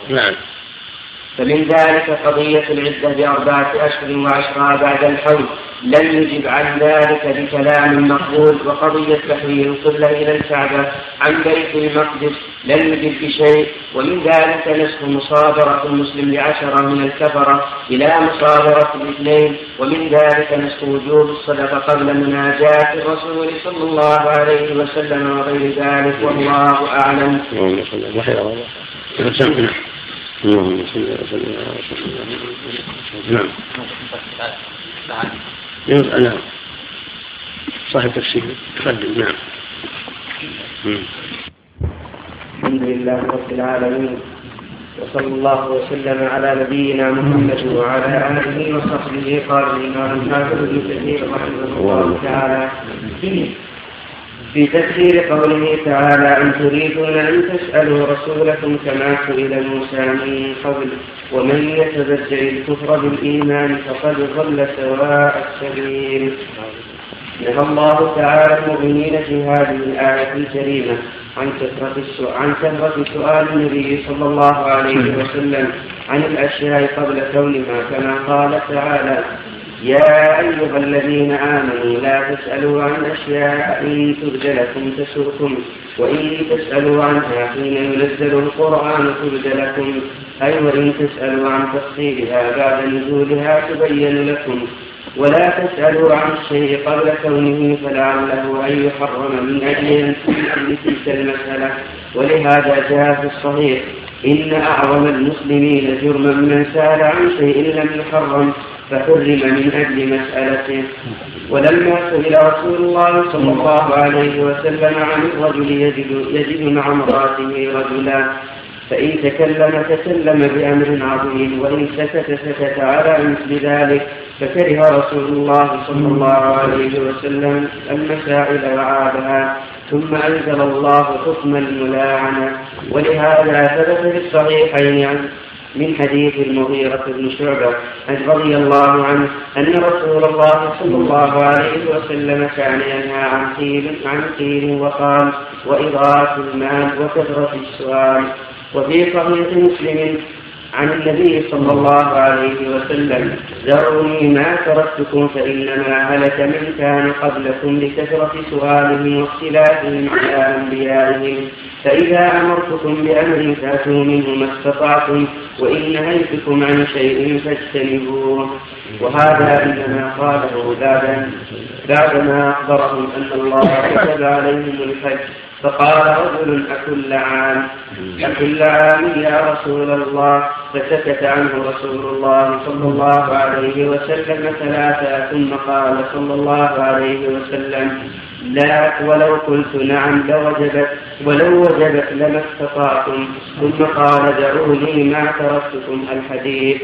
S4: العدة ب4 أشهر و10 بعد الحول لم يجب عن ذلك بكلام مقبول. وقضية تحويل القبلة إلى الكعبة عن بيت المقدس لم يجب بشيء، ومن ذلك نسخ مصادرة المسلم ل10 من الكفرة إلى مصادرة الاثنين، ومن ذلك نسخ وجوب الصدقة قبل مناجاة الرسول صلى الله عليه وسلم وغير ذلك، والله أعلم.
S1: اللهم صل وسلم على رسول الله. نعم صاحب تفسير تقدم. نعم.
S4: الحمد لله رب العالمين، وصلى الله وسلم على نبينا محمد وعلى آله وصحبه. قال الإمام الحافظ ابن كثير رحمه الله تعالى في تفسير قوله تعالى: أن تريدون أن تسألوا رسولكم كما سئل موسى من قبل ومن يتبدل الكفر بالإيمان فقد ضل سواء السبيل. نهى الله تعالى المؤمنين في هذه الآية الكريمة عن كثرة سؤال النبي صلى الله عليه وسلم عن الأشياء قبل كونها، كما قال تعالى: يا أيها الذين آمنوا لا تسألوا عن أشياء إن تبد لكم تسؤكم، وإن تسألوا عنها حين ينزل القرآن تبد لكم، أي وإن تسألوا عن تفصيلها بعد نزولها تبين لكم. ولا تسألوا عن الشيء قبل كونه فلعله أن يحرم من أجل تلك المسألة. ولهذا جاء في الصحيح: إن أعظم المسلمين جرما من سأل عن شيء لم يحرم فحرم من أجل مسألته. ولما سئل رسول الله صلى الله عليه وسلم عن الرجل يجد مع امرأته رجلا، فإن تكلم بأمر عظيم، وإن سكت على مثل ذلك، فكره رسول الله صلى الله عليه وسلم المسائل وعابها، ثم أنزل الله حكم الملاعنة. ولهذا ثبت في الصحيحين من حديث المغيرة بن شعبة رضي الله عنه أن رسول الله صلى الله عليه وسلم كان ينهى عن قيل وقال وإضاعة المال وكثرة السؤال. وفي صحيح مسلم عن النبي صلى الله عليه وسلم: ذروني ما تركتكم فإنما هلك من كان قبلكم لكثرة سؤالهم واختلافهم على أنبيائهم، فإذا أمرتكم بأمر فأتوا منه ما استطعتم، وإن نهيتكم عن شيء فاجتنبوه. وهذا إنما قاله بعدما أخبرهم أن الله كتب عليهم الحج، فقال رجل: أكل عام يا رسول الله؟ فسكت عنه رسول الله صلى الله عليه وسلم 3، ثم قال صلى الله عليه وسلم: لا، ولو قلت نعم ولو وجبت لما استطعتم. ثم قال: دعوني ما تركتكم الحديث.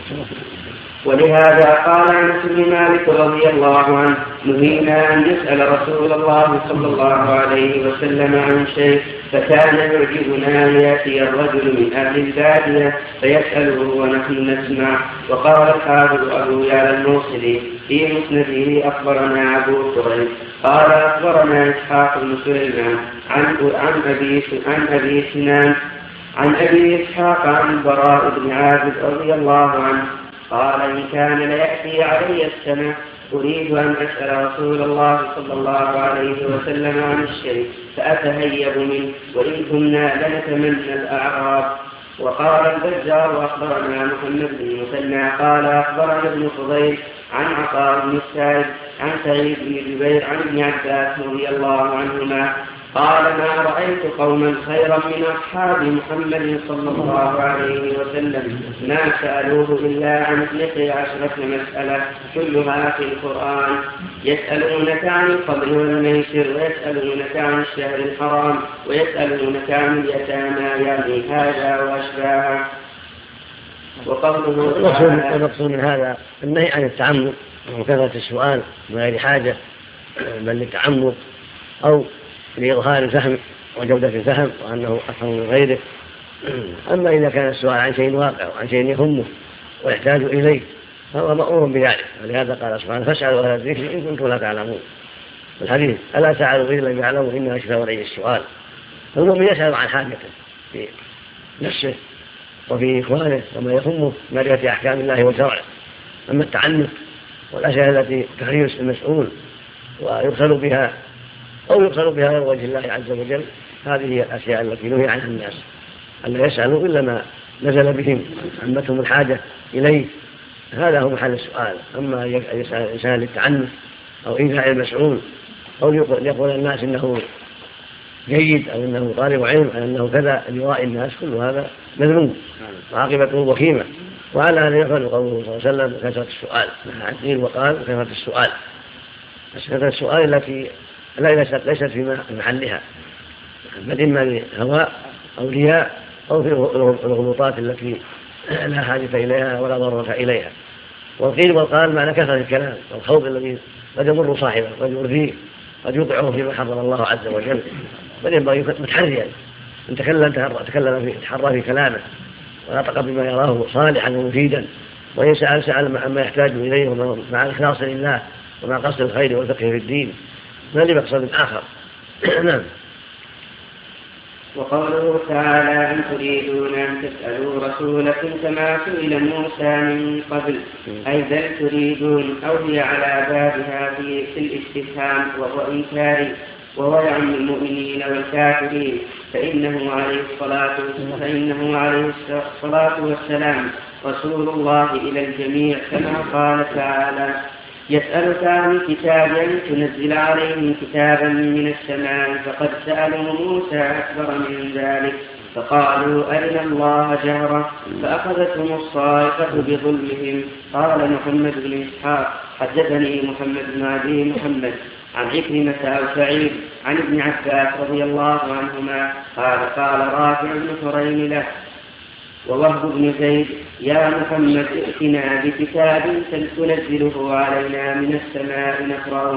S4: ولهذا قال أنس بن مالك رضي الله عنه: نهينا أن نسأل رسول الله صلى الله عليه وسلم عن شيء، فكان يعجبنا أن يأتي الرجل من أهل البادية فيسأله ونحن نسمع. وقال الحافظ أبو يعلى الموصلي في مسنده: أخبرنا أبو كريب قال أخبرنا إسحاق بن سليمان عن أبي سنان عن أبي إسحاق عن البراء بن عازب رضي الله عنه قال: إن كان ليأتي علي السنة أريد أن أسأل رسول الله صلى الله عليه وسلم عن الشيء فأتهيب منه، وإن كنا لنتمنى الأعراب. وقال البزار: أخبرنا محمد بن مثنى قال أخبرنا ابن فضيل عن عطاء بن السائب عن سعيد بن جبير عن ابن عباس رضي الله عنهما قال: ما رأيت قوما خيرا من أصحاب محمد صلى الله عليه وسلم ما سألوه إلا عن 12 مسألة كلها في القرآن، يسألونك عن الخمر والميسر، ويسألونك عن الشهر الحرام، ويسألونك عن اليتامى، يعني هذا وأشباهه. وقوله
S1: المقصود من هذا النهي عن التعمد وكثرة السؤال من غير حاجة، بل للتعمد أو لإظهار الفهم وجودة الفهم وأنه أفهم من غيره. أما إذا كان السؤال عن شيء واقع وعن شيء يهمه ويحتاج إليه فهو مأمور بذلك. ولهذا قال سبحانه: فاسألوا أهل الذكر إن كنتم لا تعلمون. الحديث: ألا سألوا إذ لم يعلموا إنما شفاء ولي السؤال. فالمؤمن يسأل عن حاجته في نفسه وفي إخوانه وما يهمه معرفة أحكام الله وشرعه. أما التعنت والأشياء التي تخير المسؤول ويغسل بها أو يغسل بها غير وجه الله عز وجل، هذه هي الأشياء التي نهي عنها الناس، ألا يسألوا إلا ما نزل بهم عمتهم الحاجة إليه، هذا هو محل السؤال. أما يسأل الإنسان للتعنف أو إيذاء المسؤول أو يقول الناس إنه جيد أو إنه طالب علم أو إنه كذا ليرائي الناس، كل هذا مذموم وعاقبته وخيمة. وعلى هذا يفعل قوله صلى الله عليه وسلم كثرة السؤال، قيل وقال كثرة السؤال، كثرة السؤال التي ليست في محلها، بل إما لهواء أو رياء أو في الغلطات التي لا حاجة إليها ولا ضرورة إليها. والقيل والقال معنى كثرة الكلام والخوض الذي قد يضر صاحبه قد يؤذيه قد يوقعه فيما حرم الله عز وجل، بل ينبغي متحريا إن تكلم تحرى في كلامه ونطق بما يراه صالحا ومفيدا، وإن سأل عما يحتاج إليه مع الإخلاص لله ومع قصد الخير والفقه في الدين ما لمقصد آخر. نعم.
S4: وقوله تعالى أن تريدون أن تسألوا رسولكم كما سئل موسى من قبل، أي بل تريدون، أو هي على بابها في الاستفهام وهو إنكاري، وهو يعم المؤمنين والكافرين، فإنه عليه الصلاة والسلام رسول الله إلى الجميع، كما قال تعالى يسألك عن كتاب أن تنزل عليهم كتابا من السماء، فقد سألوا موسى أكبر من ذلك فقالوا أرنا الله جهرة فأخذتهم الصاعقة بظلمهم. قال محمد بن إسحاق حدثني محمد بن أبي محمد عن عكرمة أو سعيد عن ابن عباس رضي الله عنهما قال رافع بن حريم له ووهب بن زيد يا محمد ائتنا بكتاب تنزله علينا من السماء نقرأه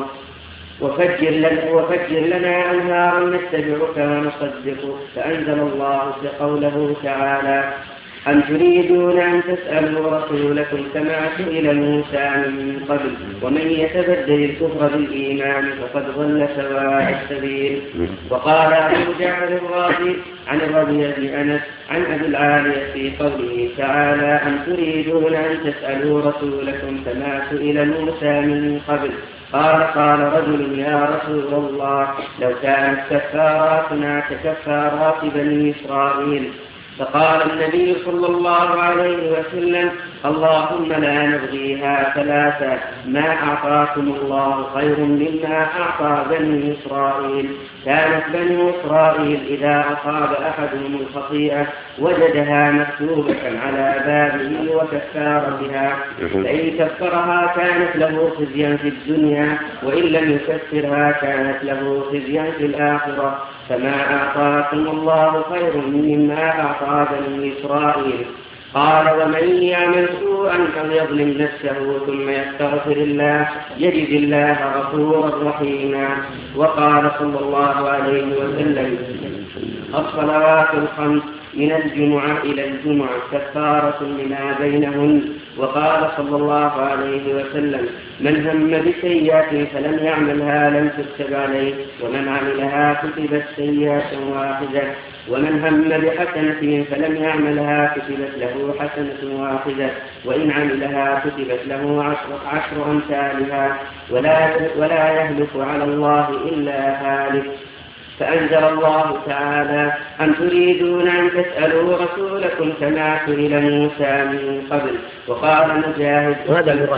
S4: وفجر لنا أنهارا نتبعك ونصدقك. فأنزل الله قوله تعالى أم تريدون أن تسألوا رسولكم كما سئل موسى من قبل ومن يتبدل الكفر بالإيمان فقد ضل سواء السبيل. وقال أبو جعفر الرازي عن الربيع بن أنس عن أبي العالية في قوله تعالى أم تريدون أن تسألوا رسولكم كما سئل موسى من قبل قال رجل يا رسول الله لو كانت كفاراتنا ككفارات بني إسرائيل. فقال النبي صلى الله عليه وسلم اللهم لا نبغيها ثلاثة ما أعطاكم الله خير مما أعطى بني إسرائيل. كانت بني إسرائيل إذا أصاب أحدهم الخطيئة وجدها مكتوبة على بابه وكفارتها، فإن كفرها كانت له خزيا في الدنيا وإن لم يكفرها كانت له خزيا في الآخرة. فما أعطاكم الله خير مما أعطى بني إسرائيل. قال ومن يعمل سوءا أو يظلم نفسه ثم يستغفر الله يجد الله غفورا رحيما. وقال صلى الله عليه وسلم الصلوات الخمس من الجمعة إلى الجمعة كفارة لما بينهن. وقال صلى الله عليه وسلم من هم بسيئة فلم يعملها لم تكتب عليه ومن عملها كتبت سيئة واحدة ومن هم بحسنة فلم يعملها كتبت له حسنة واحدة وإن عملها كتبت له عشر أمثالها ولا يهلك على الله إلا هالك. فأنزل الله تعالى أم تريدون أن تسألوا رسولكم كما سئل موسى من قبل. وقال مجاهد
S1: وهذا من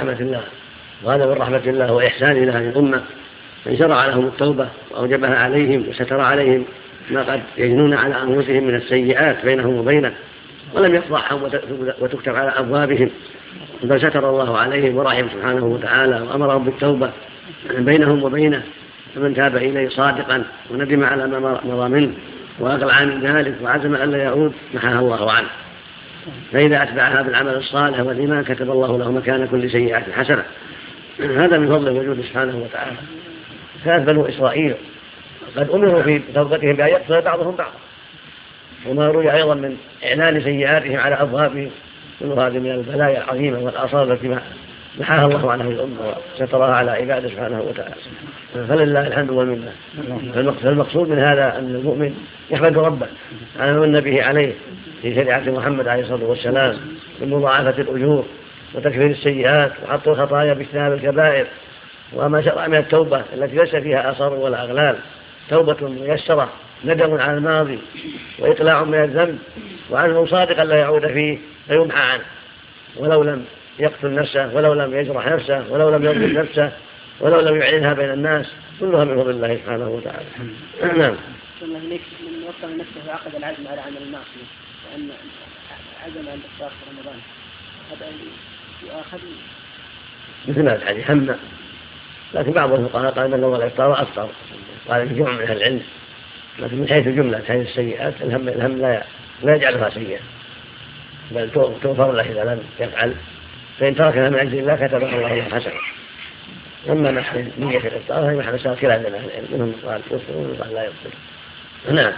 S1: رحمة الله وإحسان إلى هذه الأمة أن شرع لهم التوبة وأوجبها عليهم وستر عليهم ما قد يجنون على أنفسهم من السيئات بينهم وبينه، ولم يفضحهم وتكتب على أبوابهم، بل ستر الله عليهم ورحم سبحانه وتعالى وأمرهم بالتوبة بينهم وبينه. فمن تاب إليه صادقا وندم على ما مضى منه وأقلع من ذلك وعزم ألا يعود محاها الله عنه. فإذا أتبعها بالعمل الصالح والإيمان كتب الله له مكان كل سيئات حسنة. هذا من فضل وجود سبحانه وتعالى. كانت بنو إسرائيل قد أمروا في توبتهم بأن يقتل بعضهم بعضا، وما روي أيضا من إعلان سيئاتهم على أبوابهم، كل هذه من البلايا العظيمة والآثار التي محاها الله عنها الأمة وسترها على عباده سبحانه وتعالى. فلله الحمد والمنة. فالمقصود من هذا أن المؤمن يحمد ربه على ما من به عليه في شريعة محمد عليه الصلاة والسلام من مضاعفة الأجور وتكفير السيئات وحط الخطايا باجتناب الكبائر، وما شرع من التوبة التي ليس فيها أثر ولا أغلال، توبة ميسرة، ندم على الماضي وإقلاع من الذنب وعزم صادقا لا يعود فيه فيمحى عنه، ولو لم يقتل نفسه ولو لم يجرح نفسه ولو لم يظلم نفسه ولو لم يعلنها بين الناس، كلها من فضل الله سبحانه وتعالى. نعم.
S5: الله إليك من وصل نفسه وعقد العزم على عمل المعصية وأن عزم على الإفطار في رمضان، هذا يؤاخذ
S1: مثل هذا الحديث هم، لكن بعض الفقهاء قال ان الله الافطار وافطر، قال جمع من اهل العلم، لكن من حيث الجمله حيث السيئات الهم لا يجعلها سيئه، بل تغفر له اذا لم يفعل، فان تركها من اجل الله كتبها الله له حسنه. اما محل نيه الافطار فهي محل سواء كلا عند اهل العلم، منهم قال يفطر ومنهم قال لا يفطر. نعم.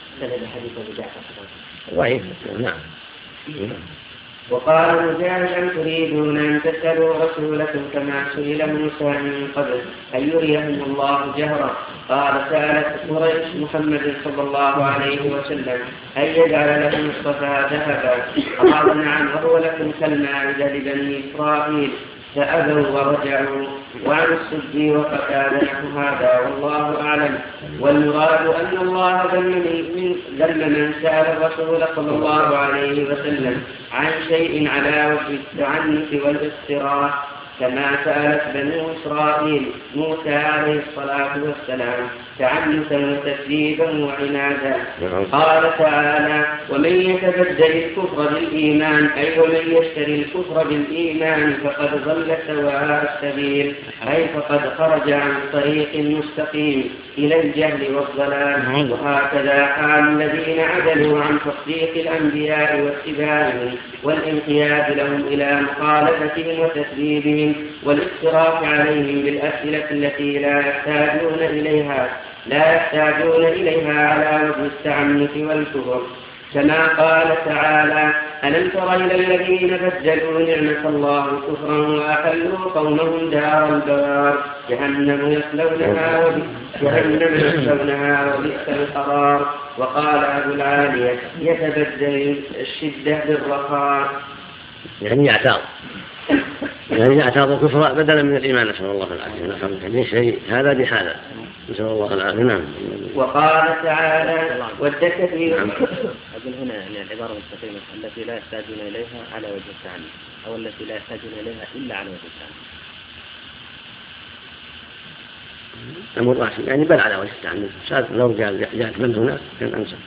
S1: ضعيف. نعم.
S4: وقال مجاهد تريدون أن تسألوا رسولكم كما سئل موسى من قبل أن يريهم الله جهرا؟ قال سألت قريش محمد صلى الله عليه وسلم أن يجعل لكم الصفا ذهبا؟ قال نعم، وهو لكم كالمائدة لبني إسرائيل، فأبوا ورجعوا. وعن السدي وقتادة نحو هذا والله أعلم. والمراد أن الله ذم من سأل الرسول صلى الله عليه وسلم عن شيء على وجه التعنت والاقتراح، كما سألت بنو إسرائيل موسى عليه الصلاة والسلام تعنتا وتكذيبا وعنادا. قال تعالى: ومن يتبدل الكفر بالإيمان، أي ومن يشتري الكفر بالإيمان فقد ضل سواء السبيل، أي فقد خرج عن الطريق المستقيم إلى الجهل والضلال. وهكذا حال الذين عدلوا عن تصديق الأنبياء واتباعهم والانقياد لهم إلى مخالفتهم وتكذيبهم والاقتراف عليهم بالأسئلة التي لا يحتاجون إليها على وجه التعنت والكفر. كما قال تعالى: ألم تر إلى الذين بدلوا نعمة الله كفرا وأحلوا قومهم دار البوار جهنم يصلونها وبئس القرار. وقال أبو العالية: يتبدل الشدة بالرخاء،
S1: يعني يعتاض الكفر بدلا من الإيمان، نسأل الله العافية. شيء هذا بهذا، نسأل الله العافية. نعم.
S4: وقال تعالى: والتكفير.
S5: أقول هنا يعني العبارة المستقيمة التي لا يحتاجون إليها على وجه التعنت، أو التي لا يحتاجون إليها إلا على وجه التعنت.
S1: أمر راشد يعني بل على وجه التعنت، لو جاءت بل هنا كان أنسى.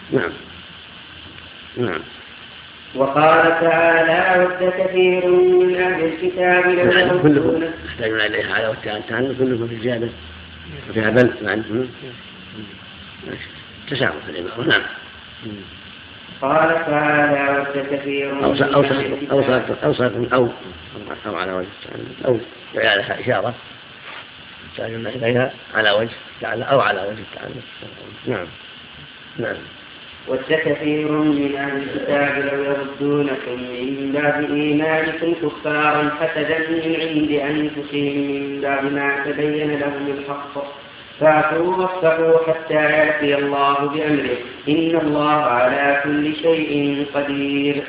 S1: نعم.
S4: وقال تعالى: ود كثير من أهل الكتاب لو
S1: كلهم يحتاجون إليها على وجه التعنت، كلهم في الزيادة وفيها بل تسامح في العبارة. نعم.
S4: قال تعالى: ود كثير من
S1: أو على وجه التعنت، أو عليها إشارة يحتاجون إليها على وجه أو على وجه التعنت. نعم.
S4: ود كثير من أهل الكتاب لو يردونكم من بعد إيمانكم كفارا حسدا من عند أنفسهم من بعد ما تبين لهم الحق، فاعفوا واصفحوا حتى يأتي الله بأمره، إن الله على كل شيء قدير.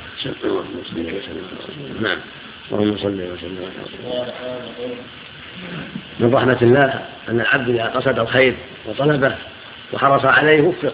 S1: نعم. اللهم صل وسلم. من رحمة الله أن العبد إذا قصد الخير وطلبه وحرص عليه وفق.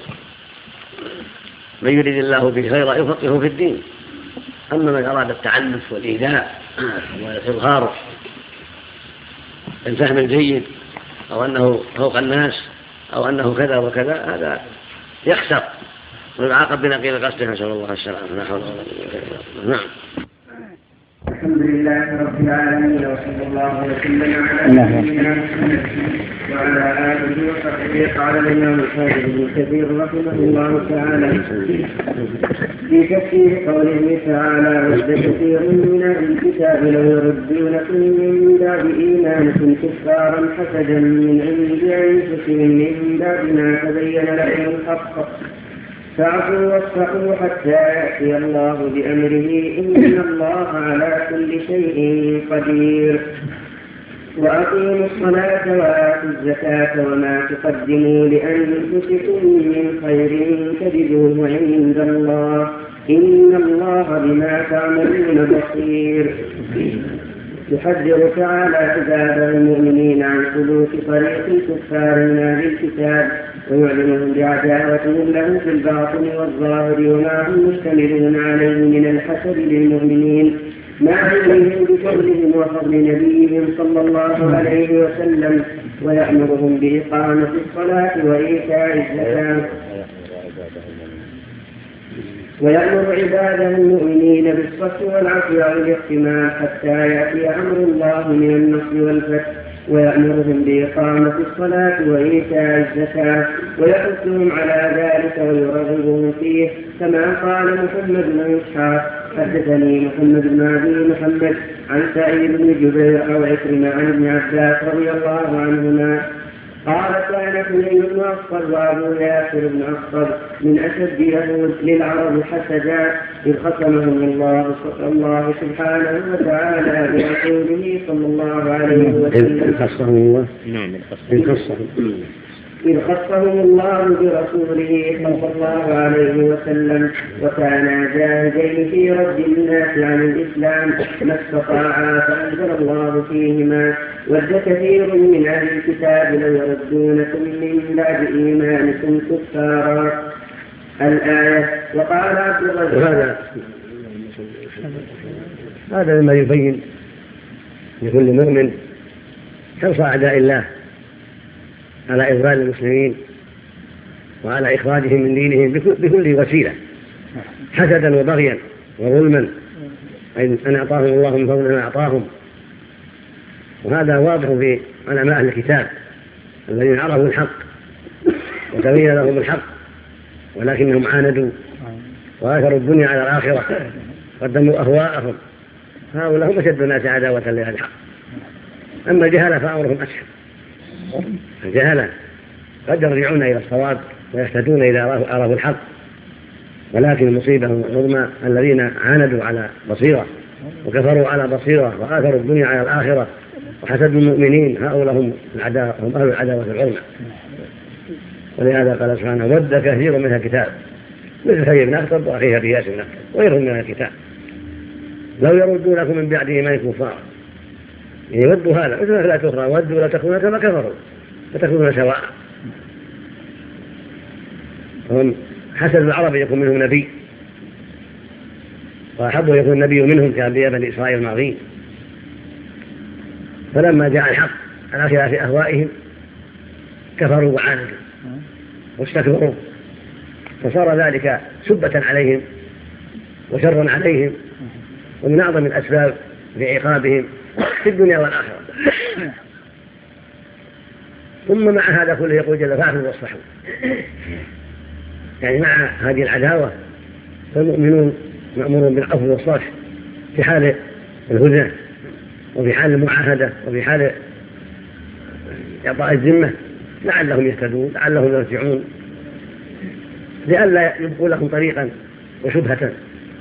S1: من يريد الله به خيرا يفقهه في الدين. أما من أراد التعنت والإيذاء والإظهار الفهم الجيد أو أنه فوق الناس أو أنه كذا وكذا، هذا يخسر ويعاقب بنقيض قصده، نسأل الله السلامة. لا حول ولا قوة إلا بالله. نعم.
S4: الحمد لله رب العالمين، وصلى الله وسلم على نبينا محمد وعلى آله وصحبه. قال الإمام الحافظ ابن كثير رحمه الله تعالى في تفسير قوله تعالى: ود كثير من أهل الكتاب لو يردونكم من بعد إيمانكم كفارا حسدا من عند أنفسهم من بعد ما تبين لهم الحق، فاعفوا واصفحوا حتى يأتي الله بأمره، إن الله على كل شيء قدير. وأقيموا الصلاة وآتوا الزكاة وما تقدموا لأنفسكم من خير تجدوه عند الله إن الله بما تعملون بصير. يحذر تعالى عباده المؤمنين عن سلوك طريق الكفار من أهل الكتاب ويعلمهم بعداوتهم له في الباطن والظاهر وما هم مشتملون عليه من الحسد للمؤمنين مع علمهم بفضلهم وفضل نبيهم صلى الله عليه وسلم ويأمرهم بإقامة الصلاة وإيتاء الزكاة ويأمر عباده المؤمنين بالصف والعفو والاحتمال حتى يأتي أمر الله من النصر والفتح ويأمرهم بإقامة الصلاة وإيتاء الزكاة ويحثهم على ذلك ويرغبهم فيه كما قال محمد بن إسحاق حدثني محمد بن أبي محمد عن سعيد بن جبير أو عكرمة عن ابن عباس رضي الله عنهما قال كان حنين بن أخطب وأبو ياسر بن أخطب من أشد يهود للعرب حسدا إذ خصمهم الله سبحانه وتعالى برسوله صلى الله عليه وسلم إذ خصهم الله برسوله صلى الله عليه وسلم وكانا جاهدين في رد الناس عن الإسلام ما استطاعا فأنزل الله فيهما ود كثير من أهل الكتاب لو يردونكم من بعد إيمانكم كفارا الآية. وقال عبد الرزاق
S1: هذا مما يبين لكل مؤمن حرص أعداء الله على إضلال المسلمين وعلى إخراجهم من دينهم بكل وسيلة حسدا وبغيا وظلما أن أعطاهم الله من فضل ما أعطاهم. وهذا واضح في علماء أهل الكتاب الذين عرفوا الحق وتبين لهم الحق ولكنهم عاندوا وآثروا الدنيا على الآخرة قدموا أهواءهم. هؤلاء هم أشد الناس عداوة لأهل الحق. أما الجهلة فأمرهم أسهل. الجهلة قد يرجعون إلى الصواب ويهتدون إذا عرفوا الحق، ولكن المصيبة العظمى الذين عاندوا على بصيرة وكفروا على بصيرة وآثروا الدنيا على الآخرة وحسدوا المؤمنين هؤلاء هم أهل العداوة العظمى. ولهذا قال سبحانه ود كثير من الكتاب مثل سعيد بن أخطب وأخيه أبي ياسر بن أخطب وغيرهم من الكتاب لو يردونكم من بعد إيمانكم كفارا. يودوا هذا مثل لا تخرى ودوا لا تكونوا كما كفروا فتكونون سواء. هم حسد العرب يكون منهم نبي وأحبوا يكون النبي منهم كأنبياء بني إسرائيل الماضين، فلما جاء الحق على خلاف أهوائهم كفروا وعاندوا واستكبروا فصار ذلك سبة عليهم وشرا عليهم ومن أعظم الأسباب لعقابهم في الدنيا والآخرة. ثم مع هذا كله يقول جل فاعلوا واصلحوا، يعني مع هذه العداوة فالمؤمنون مأمورون بالعفو والصلح في حال الهدى وفي حال المعاهدة وفي حال إعطاء الذمة لعلهم يهتدون لعلهم يرجعون لئلا يبقوا لهم طريقا وشبهة.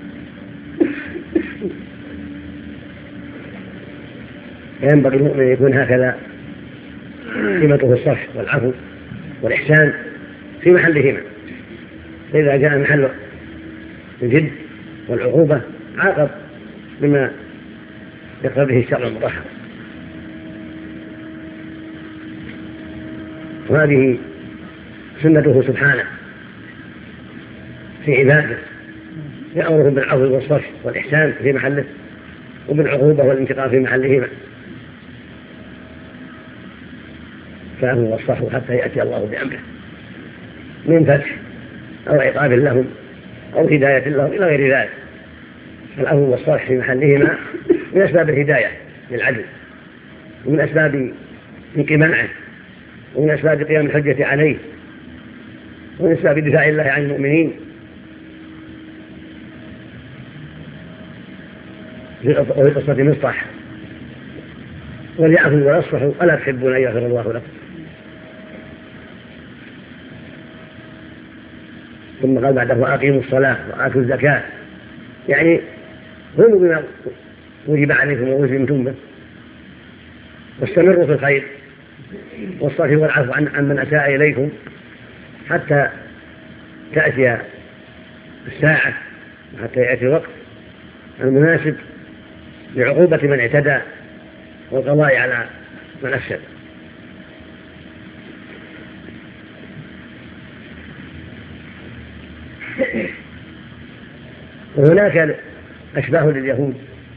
S1: ينبغي المؤمن أن يكون هكذا قيمته الصلح والعفو والإحسان في محلهما، فإذا جاء محل الجد والعقوبة عاقب بما يقتضي به الشرع المطهر. وهذه سنته سبحانه في عباده يأمرهم بالعفو والصلح والإحسان في محله وبالعقوبة والانتقام في محلهما. فهو والصلح حتى يأتي الله بأمره من فتح أو عقاب لهم أو هداية لهم إلى غير ذلك. العفو والصلح في محلهما من أسباب الهداية للعدل ومن أسباب انقماعه ومن أسباب قيام الحجة عليه ومن أسباب دفاع الله عن المؤمنين. وفي قصة مصطح وليعفوا ويصفحوا ألا تحبون أن يغفر الله لكم. ثم قال بعده وأقيموا الصلاة وآتوا الزكاة، يعني هم بما وجب عليكم ووجبتم به واستمروا في الخير والصفي والعفو عن من أساء إليكم حتى تأتي الساعة وحتى يأتي الوقت المناسب لعقوبة من اعتدى والقضاء على من أفسد. وهناك أشباه لليهود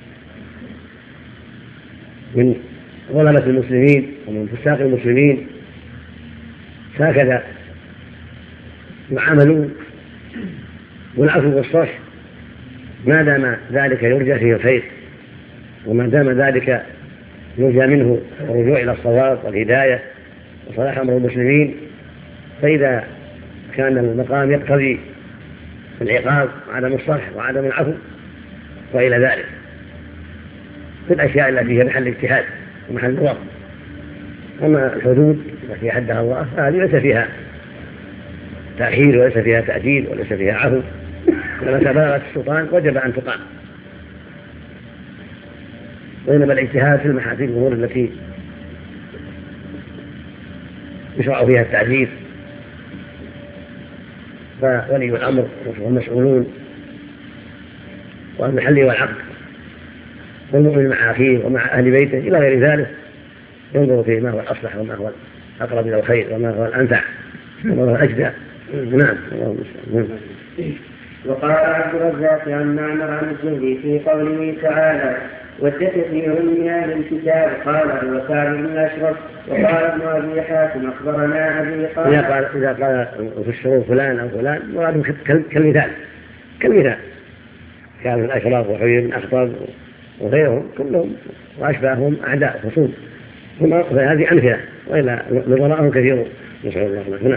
S1: من ظلمة المسلمين ومن فساق المسلمين هكذا يعاملون والعفو والصفح ما دام ذلك يرجى فيه الخير وما دام ذلك يرجى منه الرجوع إلى الصواب والهداية وصلاح أمر المسلمين. فإذا كان المقام يقتضي العقاب وعدم الصفح وعدم العفو وإلى ذلك في الأشياء التي هي محل اجتهاد ومحل نظر. أما الحدود التي حدها الله فهذه ليس فيها تأخير وليس فيها تأجيل وليس فيها عفو، لما تبالغت السلطان وجب أن تقام. بينما الاجتهاد في المحاسن الأمور التي يشرع فيها التعجيل فولي الأمر والمسؤولون والمحل والعقد والمؤمن مع أخيه ومع أهل بيته إلى غير ذلك ينظر في ما هو الأصلح وما هو الأقرب إلى الخير وما هو الأنفع وما هو الأجدى. نعم.
S4: وقال عبد الرزاق عن معمر عن الزهري في قوله تعالى ود كثير من أهل الكتاب قال هو كعب بن الأشرف. وقال ابن أبي حاتم أخبرنا أبي قال
S1: إذا قال في الشروط فلان أو فلان مراد كالمثال كعب بن الأشرف وحيي بن أخطب وغيرهم كلهم وأشباههم أعداء خصوم فهذه أمثلة وإلا نظراءهم كثيرون نسأل الله.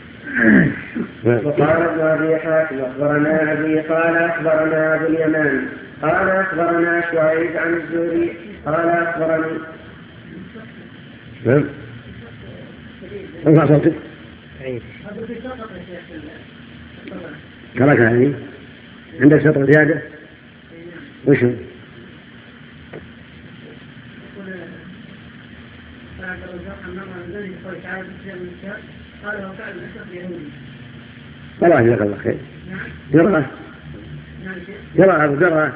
S4: وقال ابن أبي حاتم أخبرنا أبي قال أخبرنا أبو اليمان قال أخبرنا شعيب عن الزهري قال أخبرني
S1: انفع صوتك كراك هذه عندك سطر زيادة وش هو؟ الله جزاك الله خير. جرى أبو جرى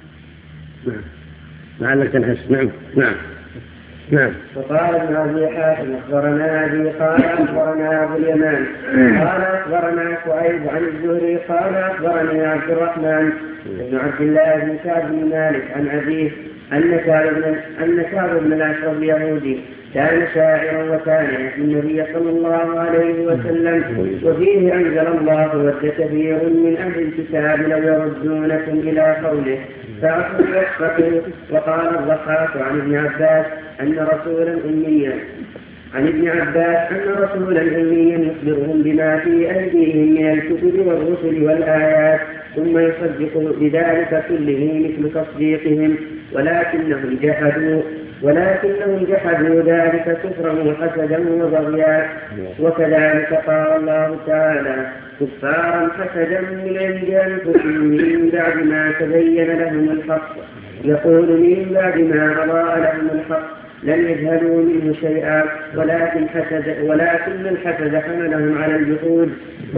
S1: لعلك تنحس. نعم.
S4: وقال ابن أبي حاتم أخبرنا أبي قال أخبرنا أبو اليمان قال أخبرنا شعيب عن الزهري قال أخبرني عبد الرحمن بن عبد الله بن كعب بن مالك عن أبيه أن كعب بن الأشرف يهودي كان شاعرا وكان يحمي النبي صلى الله عليه وسلم وفيه أنزل الله ود كثير من أهل الكتاب لو يردونكم إلى قوله فأخذ يسقط. وقال الضحاك عن ابن عباس أن رسولا أميا يخبرهم بما في أيديهم من الكتب والرسل والآيات ثم يصدق بذلك كله مثل تصديقهم ولكنهم جحدوا ذلك كفرا وحسدا وبغيا. وكذلك قال الله تعالى كفارا حسدا من عند أنفسهم من بعد ما تبين لهم الحق يقول من بعد ما أضاء لهم الحق لم يجهلوا منه شيئا ولكن الحسد حملهم على الجحود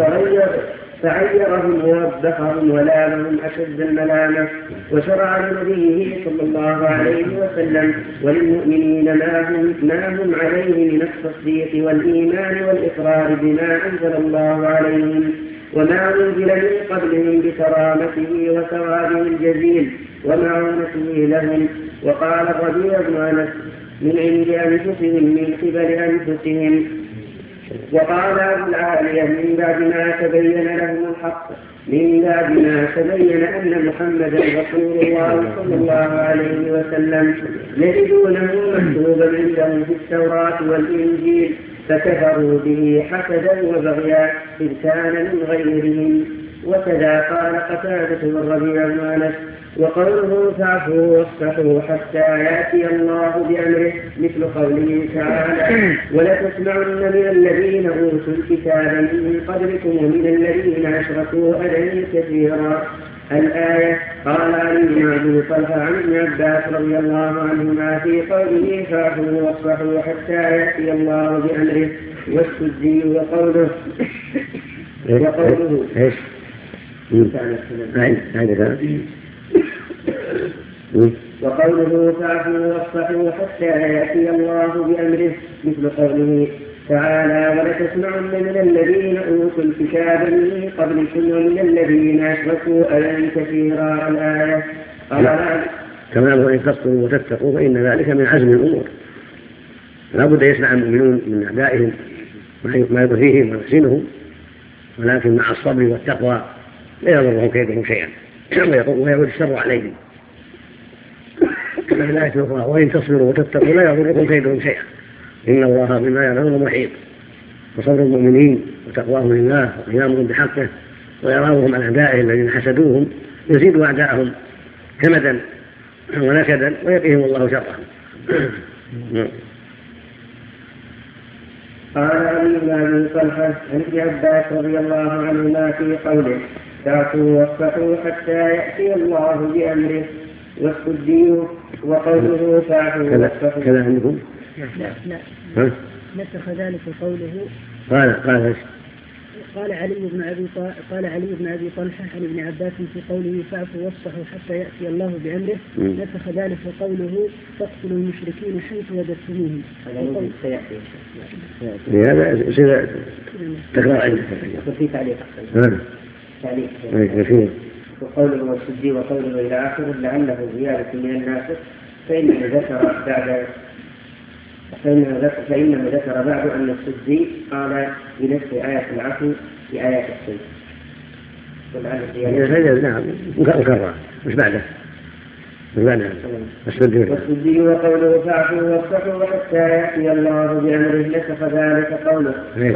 S4: فعيرهم ووبخهم ولامهم أشد الملامة. وشرع لنبيه صلى الله عليه وسلم وللمؤمنين ما هم عليه من التصديق والإيمان والإقرار بما أنزل الله عليهم وما أنزل من قبلهم بكرامته وثوابه الجزيل ومعونته لهم. وقال الربيع بن أنس من عند أنفسهم من قبل أنفسهم. وقال أبو العالية من بعد ما تبين لهم الحق من بعد ما تبين أن محمدا رسول الله صلى الله عليه وسلم يجدونه مكتوبا عندهم في التوراة والإنجيل فكفروا به حسدا وبغيا إذ كان من غيرهم. وكذا قال قتادة والربيع بن أنس وقوله فاعفوا واصفحوا حتى يأتي الله بأمره مثل قوله تعالى ولتسمعن من الذين أوتوا الكتاب من قبلكم ومن الذين أشركوا أذى كثيرا الآية. قال علي بن أبي طلحة عن ابن عباس رضي الله عنهما في قوله فاعفوا واصفحوا حتى يأتي الله بأمره، والسدي وقوله
S1: ايش؟
S4: وقوله فاعفوا واصفحوا حتى يأتي الله بأمره مثل قوله تعالى ولتسمعن من الذين أوتوا الكتاب من قبلكم ومن الذين أشركوا أذى كثيرا. الآية.
S1: كما أنه إن تصبروا وتتقوا فإن ذلك من عزم الأمور. لا بد يسمع المؤمنون من أعدائهم ما يضرهم ويحزنهم، ولكن مع الصبر والتقوى لا يضرهم كيدهم شيئا ويعود الشر عليهم. كما في الآية الأخرى وإن تصبروا وتتقوا لا يضركم كيدهم شيئا إن الله بما يعملون محيط. فصبر المؤمنين وتقواهم لله وقيامهم بحقه وإعراضهم عن أعدائهم الذين حسدوهم يزيد أعداءهم كمدا ونكدا ويقيهم الله شرهم.
S4: قال علي بن أبي طلحة عن ابن عباس رضي الله عنهما في قوله فاعفوا واصفحوا حتى يأتي الله بأمره، والسدي وقوله فاعفوا واصفحوا.
S1: كذا عندكم؟
S5: لا نسخ ذلك قوله. قال علي بن أبي طلحة عن ابن عباس في قوله فاعفوا واصفحوا حتى يأتي الله بأمره، نسخ ذلك قوله فاقتلوا المشركين حيث وجدتموهم.
S1: هذا تكرار عندك
S4: في تعليق وقوله والسدي وقوله إلى آخره لعله زيادة من الناسخ، فإنه ذكر بعد أن السدي قال بنفس آية العفو في آيات السيف.
S1: نعم مكرر مش بعده.
S4: والسدي وقوله فاعفوا واصفحوا حتى يأتي الله بأمره، نسخ ذلك قوله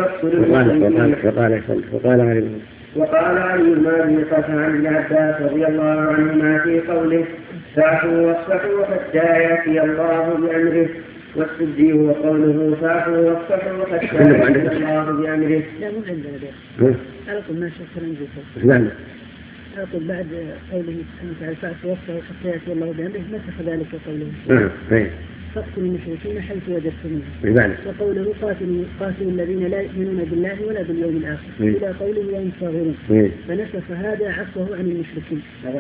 S4: وقال علي بن أبي طلحة عن ابن عباس رضي الله عنهما في قوله فاعفوا واصفحوا حتى يأتي الله بأمره، والسدي وقوله فاعفوا واصفحوا حتى يأتي الله بأمره.
S5: لا مو عندنا على طول ما شكر عندكم على طول بعد قوله سبحانه وتعالى فاعفوا واصفحوا حتى يأتي الله بأمره، نسخ ذلك قوله فاقتلوا المشركين حيث وجدتموهم، وقوله قاتلوا الذين لا يؤمنون بالله ولا باليوم الآخر إلى قوله وإن صغروا، فنسخ هذا عفوه عن المشركين.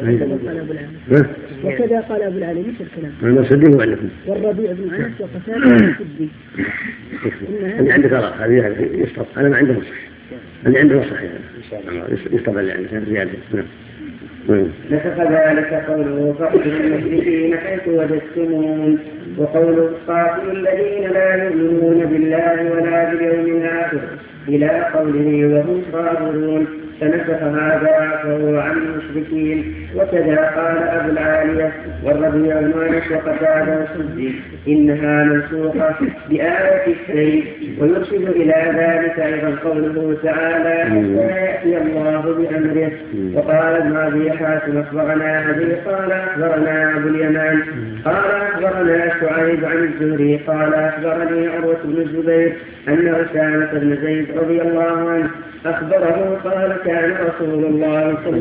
S5: وكذا قال أبو العالي مثل الكلام. والربيع بن أنس وقتاده السدي.
S1: اللي عندك هذه يسقط، أنا ما عندي مصح، اللي عنده مصح يسقط اللي عنده زيادة.
S4: نسخ ذلك قوله فاقتلوا المشركين حيث وجدتموهم، وقوله قاتلوا الذين لا يؤمنون بالله ولا باليوم الآخر إلى قوله وهم صابرون، فنسخ هذا عفوه عن المشركين. وكذا قال أبو العالية والربيع بن أنس وقتاده السدي إنها منسوخة بآية السيف. ويرشد إلى ذلك أيضا قوله تعالى حتى يأتي الله بأمره. وقال ابن أبي حاتم أخبرنا أبي قال أخبرنا أبو اليمان قال أخبرنا شعيب عن الزهري قال أخبرني عروة بن الزبير أن أسامة بن زيد رضي الله عنه أخبره قال كان رسول الله صلى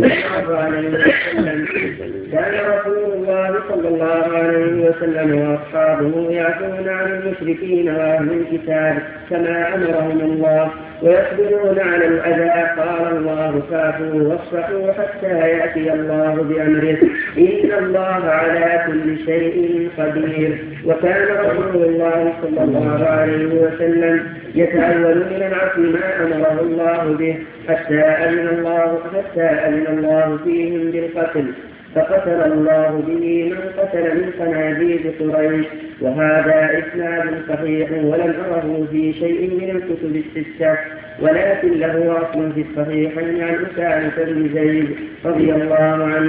S4: الله عليه وسلم وأصحابه يعفون عن المشركين وأهل الكتاب كما أمرهم الله ويصبرون على الأذى. قال الله فاعفوا واصفحوا حتى يأتي الله بأمره إن الله على كل شيء قدير. وكان رسول الله صلى الله عليه وسلم يتأول من العفو ما أمره الله به حتى أذن الله فيهم بالقتل، فقتل الله به من قتل من صناديد قريش. وهذا إسناد صحيح ولم أره في شيء من الكتب الستة، ولكن له أصل في الصحيحين عن أسامة بن زيد رضي الله عنه.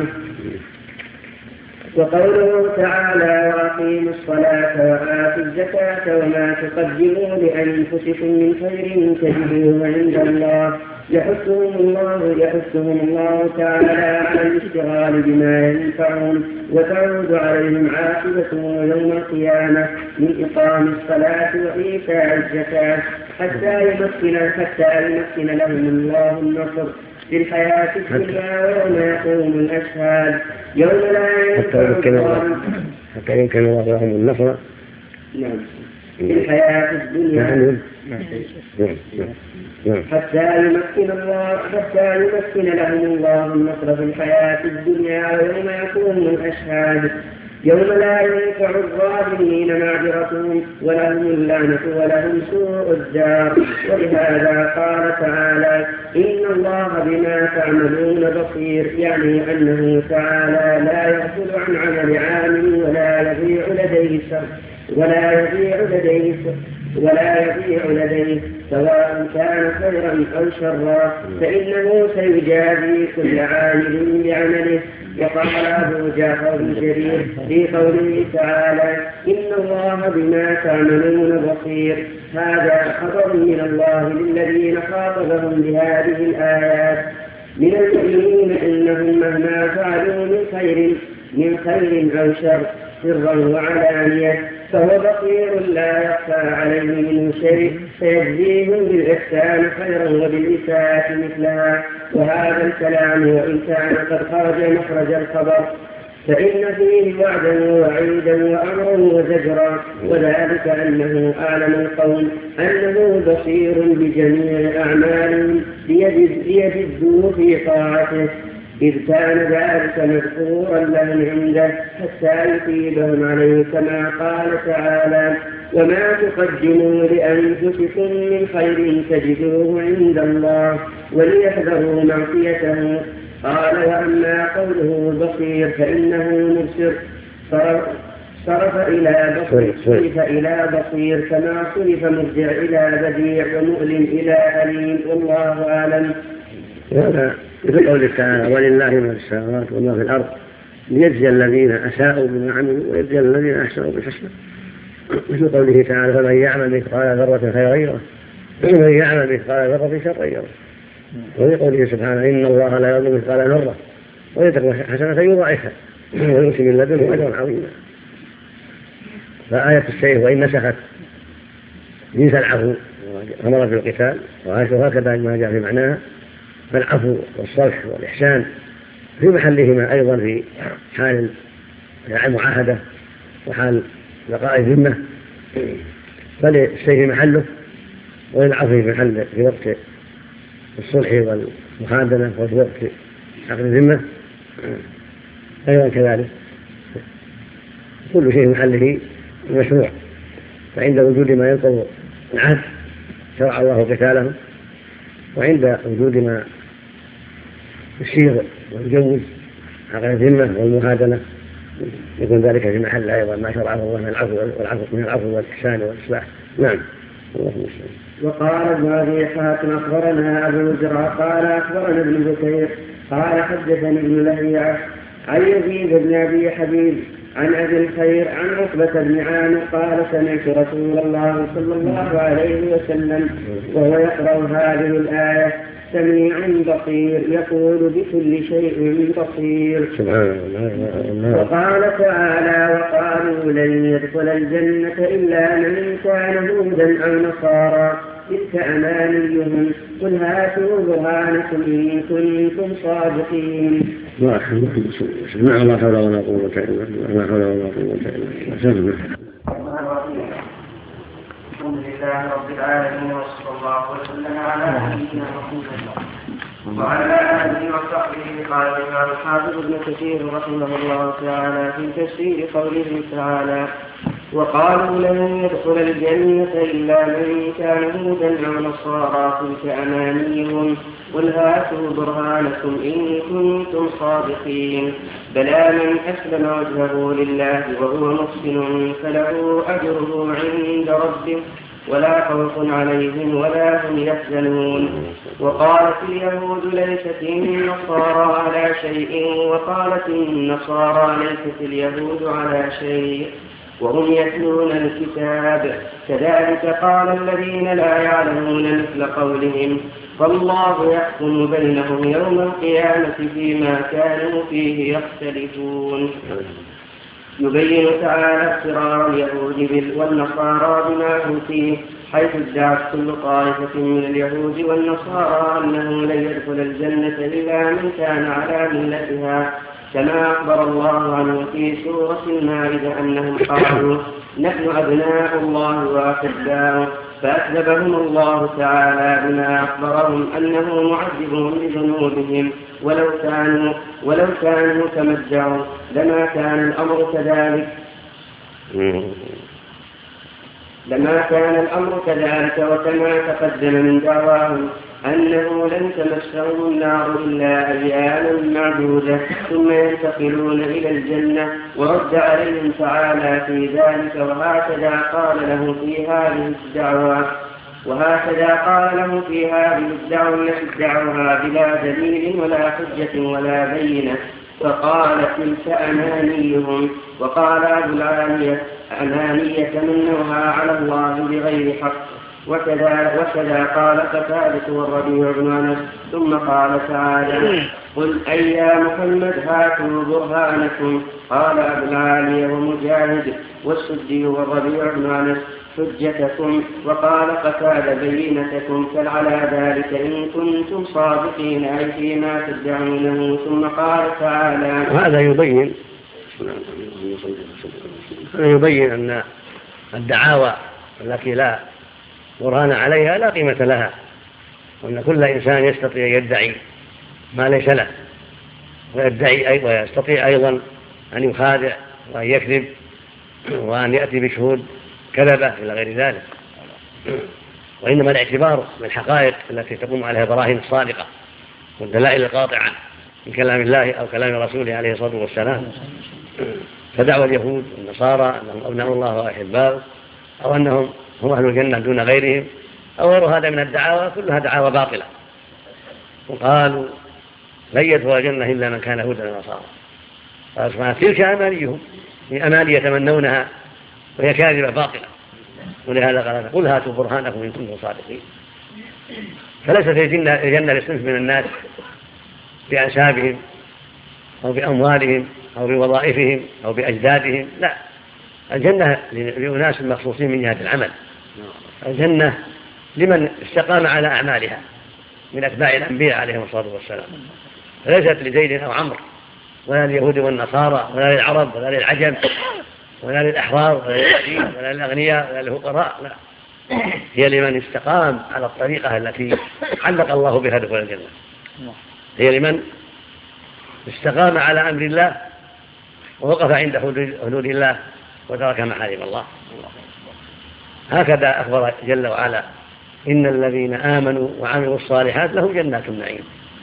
S4: وقوله تعالى وأقيموا الصلاة وآتوا الزكاة وما تقدموا لأنفسكم من خير تجدوه عند الله يحثهم الله تعالى على الاشتغال بما ينفعهم وتعود عليهم عاقبتهم يوم القيامة من إقام الصلاة وإيتاء الزكاة حتى يمكن لهم الله النصر في الحياة الدنيا ويوم يقوم الأشهاد يوم لا
S1: حتى يمكن الله لهم النصر.
S4: نعم. في الحياة الدنيا حتى يمكن لهم الله النصر في الحياة الدنيا ويوم يقوم الأشهاد يوم لا ينفع الظالمين معذرتهم ولهم اللعنة ولهم سوء الدار. ولهذا قال تعالى إن الله بما تعملون بصير، يعني أنه تعالى لا يغفل عن عمل عامل ولا يضيع لديه سواء كان خيرا أو شرا، فإنه سيجازي كل عامل بعمله. وقال أبو جعفر الجرير في قوله تعالى إن الله بما تعملون بصير، هذا خبر من الله للذين خاطبهم بهذه الآيات من المؤمنين إنهم مهما فعلوا من خير أو شر سرا وعلانية فهو بصير لا يخفى عليه منه شيء، فيجزيهم بالإحسان خيرا وبالإساءة مثلها. وهذا الكلام وإن كان قد خرج مخرج الخبر فإن فيه وعدا ووعيدا وأمرا وزجرا، وذلك أنه أعلم القوم أنه بصير بجميع أعمالهم ليجدوا في طاعته، إذ كان ذلك مذكورا لهم عنده حتى يثيبهم عليه، كما قال تعالى وما تقدموا لأنفسكم من خير تجدوه عند الله وليحذروا معصيته. قال وأما قوله بصير فإنه مبصر صرف إلى بصير كما صرف مرجع إلى بديع ومؤلم إلى أليم، والله أعلم.
S1: هذا في قوله تعالى ولله ما في السماوات وما في الأرض ليجزي الذين أساءوا بما عملوا ويجزي الذين أحسنوا بالحسنى، مثل قوله تعالى فمن يعمل مثقال ذرة خيرا يره ومن يعمل مثقال ذرة شرا يره. وفي قوله سبحانه إن الله لا يظلم مثقال ذرة ويترك حسنة يضاعفها ويؤتي من لدنه أجرا عظيما. فآية السيف وإن نسخت جنس العفو أمر في القتال، وهكذا ما جاء في معناها، فالعفو والصلح والإحسان في محلهما أيضا في حال المعاهدة وحال بقاء الذمة، فللسيف محله وللعفو في محل في وقت الصلح والمخادنة وفي وقت عقد الذمة أيضا كذلك. كل شيء محله مشروع، فعند وجود ما ينقض العهد شرع الله قتاله، وعند وجود ما يسير ويجوز عقد الذمة والمهادنة يكون ذلك في محل أيضا ما شرعه الله من العفو والإحسان والإصلاح. نعم.
S4: وقال ابن أبي حاتم أخبرنا أبو زرع قال أخبرنا ابن بكير قال حدثني ابن لهيعة عن يزيد بن أبي حبيب عن أبي الخير عن عقبة بن عامر قال سمعت رسول الله صلى الله عليه وسلم وهو يقرأ هذه الآية سميع بصير يقول بكل شيء بصير. وقال تعالى وقالوا لن يدخل الجنة إلا من كان هودا أو نصارى تلك أمانيهم قل هاتوا برهانكم إن كنتم صادقين.
S1: سمع الله حول ولا قوة إلا بالله.
S4: الحمد لله رب العالمين وصلى الله وسلم على نبينا محمد وعلى آله وصحبه. قال الإمام الحافظ ابن كثير رحمه الله تعالى في تفسير قوله تعالى وقالوا لن يدخل الجنة إلا من كان هودا أو نصارى تلك أمانيهم قل هاتوا برهانكم إن كنتم صادقين. بلى من أسلم وجهه لله وهو محسن فله أجره عند ربه ولا خوف عليهم ولا هم يحزنون. وقالت اليهود ليست النصارى على شيء وقالت النصارى ليست اليهود على شيء وهم يتلون الكتاب كذلك قال الذين لا يعلمون مثل قولهم فالله يحكم بينهم يوم القيامة فيما كانوا فيه يختلفون. يبين تعالى اضطرار اليهود والنصارى بما هم فيه حيث ادعت كل طائفة من اليهود والنصارى أنه لن يدخل الجنة إلا من كان على ملتها، كما أخبر الله عنه في سورة المائدة أنهم قالوا نحن أبناء الله وأحباؤه، فأكذبهم الله تعالى بما أخبرهم أنه معذبهم لذنوبهم، ولو كانوا تمتعوا لما كان الأمر كذلك، وكما تقدم من دعواهم أنه لن تمسهم النار إلا أياما معدودة ثم ينتقلون إلى الجنة، ورد عليهم تعالى في ذلك، وهكذا قال له في هذه الدعوة التي ادعوها بلا دليل ولا حجة ولا بينة، فقال تلك أمانيهم. وقال أبو العالية أماني تمنوها على الله بغير حق. وكذا قال قتادة والربيع بن أنس. ثم قال تعالى قل أي يا محمد هاتوا برهانكم. قال أبو العالية ومجاهد والسدي والربيع بن أنس حجتكم. وقال قتادة بينتكم، فعلى ذلك إن كنتم صادقين أي فيما تدعونه. ثم قال تعالى
S1: هذا يبين أن الدعاوى التي لا برهان عليها لا قيمة لها، وأن كل إنسان يستطيع يدعي ما ليس له، ويستطيع أيضا أن يخادع وأن يكذب وأن يأتي بشهود كذبة إلى غير ذلك. وإنما الاعتبار بالحقائق التي تقوم عليها البراهين الصادقة والدلائل القاطعة من كلام الله أو كلام رسوله عليه الصلاة والسلام. فدعوى اليهود والنصارى أنهم أبناء الله وأحباؤه، أو أنهم هم أهل الجنة دون غيرهم، أو غير هذا من الدعاوى، كلها دعاوى باطلة. وقالوا لن يدخل الجنة إلا من كان هودا ونصارى. قال سبحانه تلك أمانيهم، من أماني يتمنونها وهي كاذبة باطلة. ولهذا قال قل هاتوا برهانكم إن كنتم صادقين. فليست الجنة لصنف من الناس بأنسابهم أو بأموالهم أو بوظائفهم أو بأجدادهم، لا، الجنة لأناس مخصوصين من جهة العمل. الجنة لمن استقام على أعمالها من أتباع الأنبياء عليهم الصلاة والسلام، ليست لزيد أو عمرو ولا لليهود والنصارى ولا للعرب ولا للعجم ولا للأحرار ولا للعبيد ولا للأغنياء ولا للفقراء، لا، هي لمن استقام على الطريقة التي علق الله بها دخول الجنة، هي لمن استقام على أمر الله ووقف عند حدود الله وترك محارم الله. هكذا أخبر جل وعلا إن الذين آمنوا وعملوا الصالحات لهم جنات النعيم.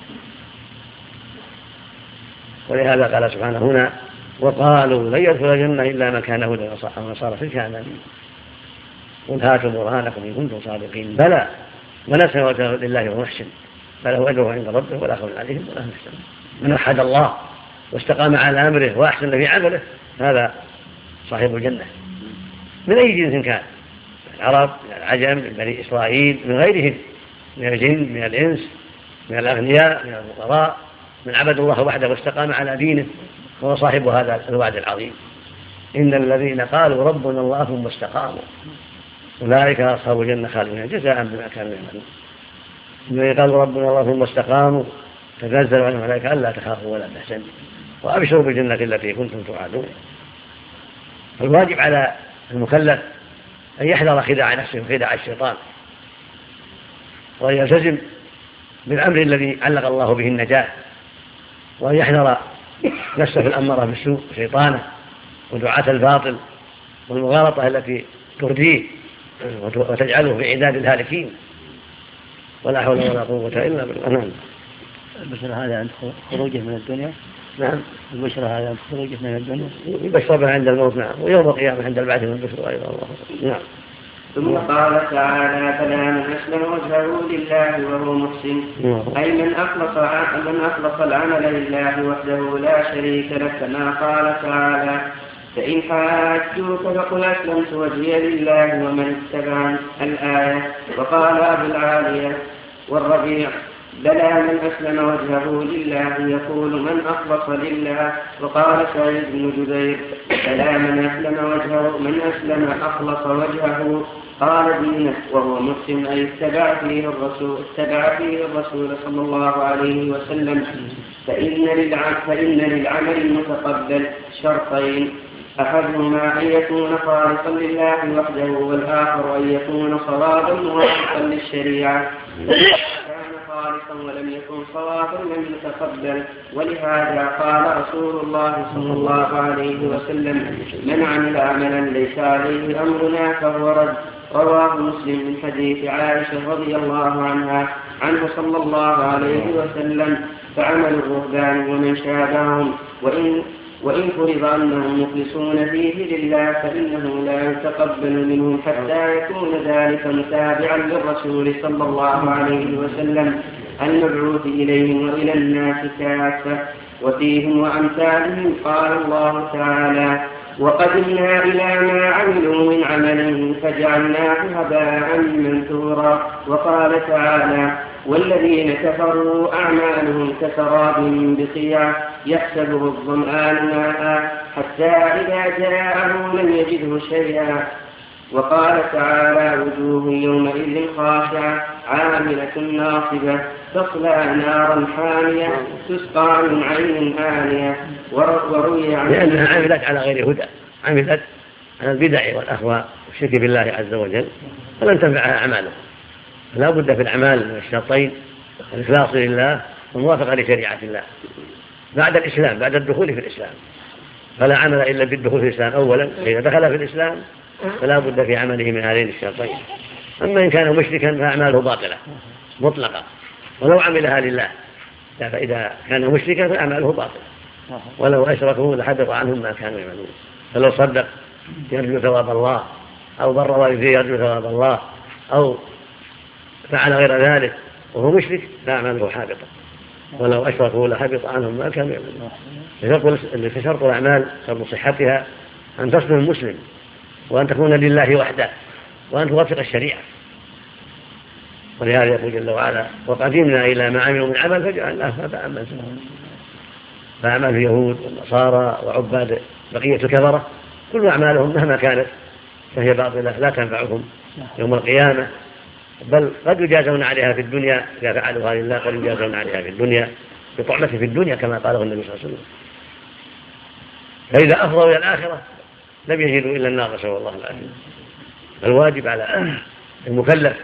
S1: ولهذا قال سبحانه هنا وقالوا لن يدخل الجنة إلا من كان هودا أو نصارى تلك أمانيهم قل هاتوا برهانكم إن كنتم صادقين بلى من أسلم وجهه لله وهو محسن فله أجره عند ربه ولا خوف عليهم ولا هم يحزنون. من وحد الله واستقام على أمره وأحسن في عمله هذا صاحب الجنة من أي جنس كان، من العرب من العجم من بني إسرائيل من غيرهم من الجن من الإنس من الأغنياء من الفقراء من عبد الله وحده واستقام على دينه، هو صاحب هذا الوعد العظيم. إن الذين قالوا ربنا الله ثم استقاموا أولئك أصحاب الجنة خالدون جزاء بما كانوا يعملون. الذين قالوا ربنا الله ثم استقاموا تنزل عليهم الملائكة ألا تخافوا ولا تحزنوا وأبشروا بالجنة التي كنتم توعدون. الواجب على المكلف أن يحذر خداع نفسه وخداع الشيطان، وأن يلتزم بالأمر الذي علق الله به النجاة، وأن يحذر نفسه الأمارة بالسوء وشيطانه ودعاة الباطل والمغالطة التي ترديه وتجعله في عداد الهالكين. ولا حول ولا قوة إلا بالله.
S2: البشرى هذا عند خروجه من الدنيا.
S1: نعم.
S2: البشرى هذا عند خروجه من الدنيا.
S1: يبشر بها عند الموت. نعم. ويوم القيامة عند البعث من البشرى أيضا الله. نعم.
S4: ثم قال تعالى فلا من أسلم وجهه لله وهو محسن أي من أخلص العمل لله وحده لا شريك له، كما قال تعالى فإن حاجوك فقل أسلمت وجهي لله ومن اتبعني الآية. وقال أبو العالية والربيع بلى من أسلم وجهه لله يقول من أخلص لله. وقال سعيد بن جبير بلى من أسلم أخلص وجهه قال دينه وهو مسلم أي اتبع فيه الرسول صلى الله عليه وسلم. فإن للعمل المتقبل شرطين: أحدهما أن يكون خالصا لله وحده، والآخر أن يكون صوابا موافقا للشريعة. كان خالصا ولم يكن صوابا لم يتقبل. ولهذا قال رسول الله صلى الله عليه وسلم: من عمل عملا ليس عليه أمرنا فهو رد. رواه مسلم من حديث عائشة رضي الله عنه صلى الله عليه وسلم: فعمل الرهبان ومن شابههم وإن فرض أنهم مخلصون فيه لله فإنه لا يتقبل منهم حتى يكون ذلك متابعا للرسول صلى الله عليه وسلم المبعوث إليهم وإلى الناس كافة. وفيهم وأمثالهم قال الله تعالى: وقدمنا إلى ما عملوا من عمل فجعلناه هباء منثورا. وقال تعالى: والذين كفروا أعمالهم كسراب بقيع يحسبه الظمآن ماء حتى إذا جاءه لم يجده شيئا. وقال تعالى: وجوه يومئذ خاشعة عاملة ناصبة تصلى نارا حامية تسقى من عين آنية. وروي عنه
S1: لأنها عملت على غير هدى، عملت على البدع والأهواء والشرك بالله عز وجل فلن تنفعها أعماله. لا بد في الأعمال من الشرطين: الإخلاص لله والموافقة لشريعة الله بعد الإسلام، بعد الدخول في الإسلام. فلا عمل إلا بالدخول في الإسلام أولا، فإذا دخل في الإسلام فلا بد في عمله من هذين الشرطين. أما إن كان مشركا فأعماله باطلة مطلقة ولو عملها لله، فإذا كان مشركا فأعماله باطلة ولو أشركوا لحبط عنهم ما كانوا يعملون. فلو صدق يرجو ثواب الله، أو بر والديه يرجو ثواب الله، أو فعل غير ذلك وهو مشرك فأعماله حابطة ولو أشركوا لحبط عنهم ما كانوا يعملون. فشرط الأعمال شرط صحتها أن تصبح المسلم، وأن تكون لله وحده، وأن توافق الشريعة. ولهذا يقول جل وعلا: وقدمنا إلى ما عملوا من عمل فجعلناه هباء منثورا. فأعمال اليهود والنصارى وعباد بقية الكفرة كل أعمالهم مهما كانت فهي باطلة لا تنفعهم يوم القيامة، بل قد يجازون عليها في الدنيا إذا فعلوا لله، قد يجازون عليها في الدنيا بطعمة في الدنيا كما قاله النبي صلى الله عليه وسلم. فإذا أفضوا إلى الآخرة لم يجدوا إلا النار، نسأل الله العافية. الواجب على المكلف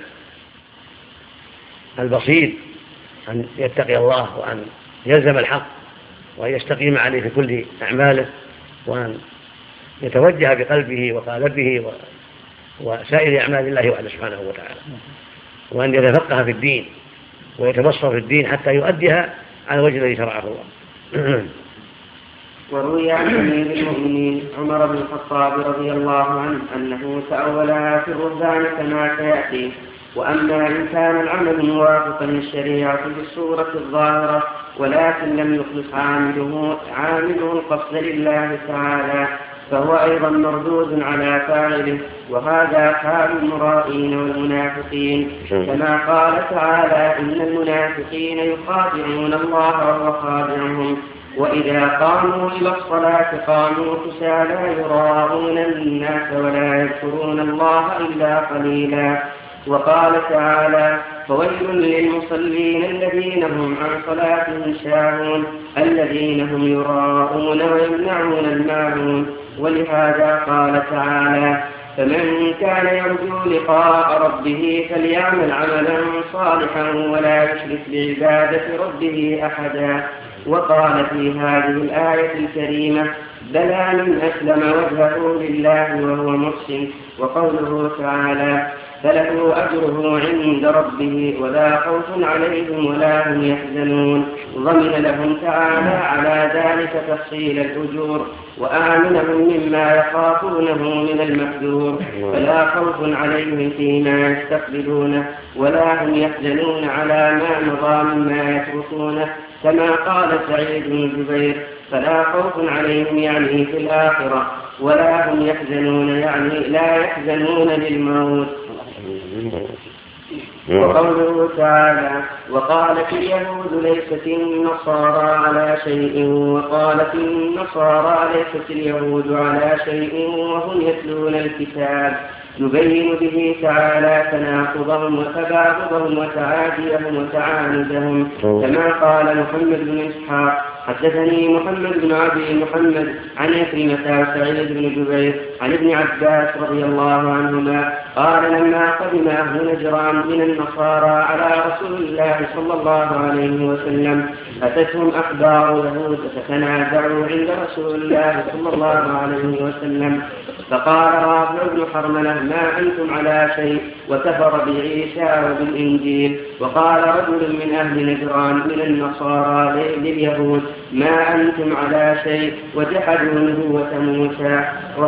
S1: البصير أن يتقي الله، وأن يلزم الحق، وأن يستقيم عليه في كل أعماله، وأن يتوجه بقلبه وقالبه وسائر أعمال الله وحده سبحانه وتعالى، وأن يتفقه في الدين ويتبصر في الدين حتى يؤديها على وجه الذي شرعه الله.
S4: وروي عن أمير المؤمنين عمر بن الخطاب رضي الله عنه أنه تأولها في الرهبان كما سيأتي: وأما إن كان العمل موافقا للشريعة في الصورة الظاهرة ولكن لم يخلص عامله القصد لله تعالى فهو أيضا مردود على فاعله. وهذا حال المرائين والمنافقين، كما قال تعالى: إن المنافقين يخادعون الله وهو خادعهم وإذا قاموا إلى الصلاة قاموا كسالى يراءون الناس ولا يذكرون الله إلا قليلا. وقال تعالى: فويل للمصلين الذين هم عن صلاتهم ساهون الذين هم يراءون ويمنعون الماعون. ولهذا قال تعالى: فمن كان يرجو لقاء ربه فليعمل عملا صالحا ولا يشرك بعبادة ربه أحدا. وقال في هذه الآية الكريمة: بلى من أسلم وجهه لله وهو محسن. وقوله تعالى: فله أجره عند ربه ولا خوف عليهم ولا هم يحزنون، ضمن لهم تعالى على ذلك تفصيل الأجور وآمنهم مما يخافونه من المحذور، فلا خوف عليهم فيما يستقبلونه ولا هم يحزنون على ما مضى مما يتركونه، كما قال سعيد بن جبير: فلا خوف عليهم يعني في الآخرة ولا هم يحزنون يعني لا يحزنون للموت. وقوله تعالى: وقالت اليهود ليست النصارى على شيء وقالت النصارى ليست اليهود على شيء وهم يتلون الكتاب. نبين به تعالى تناقضهم وتباغضهم وتعاديهم وتعاندهم، كما قال محمد بن إسحاق حدثني محمد بن أبي محمد عن عكرمة سعيد بن جبير عن ابن عباس رضي الله عنهما قال لما قدم أهل نجران من النصارى على رسول الله صلى الله عليه وسلم أتتهم أخبار يهود فتنازعوا عند رسول الله صلى الله عليه وسلم، فقال رافع بن حرملة ما أنتم على شيء وكفر بعيسى وبالإنجيل. وقال رجل من أهل نجران من النصارى لليهود ما أنتم على شيء وجحدوا نبوة موسى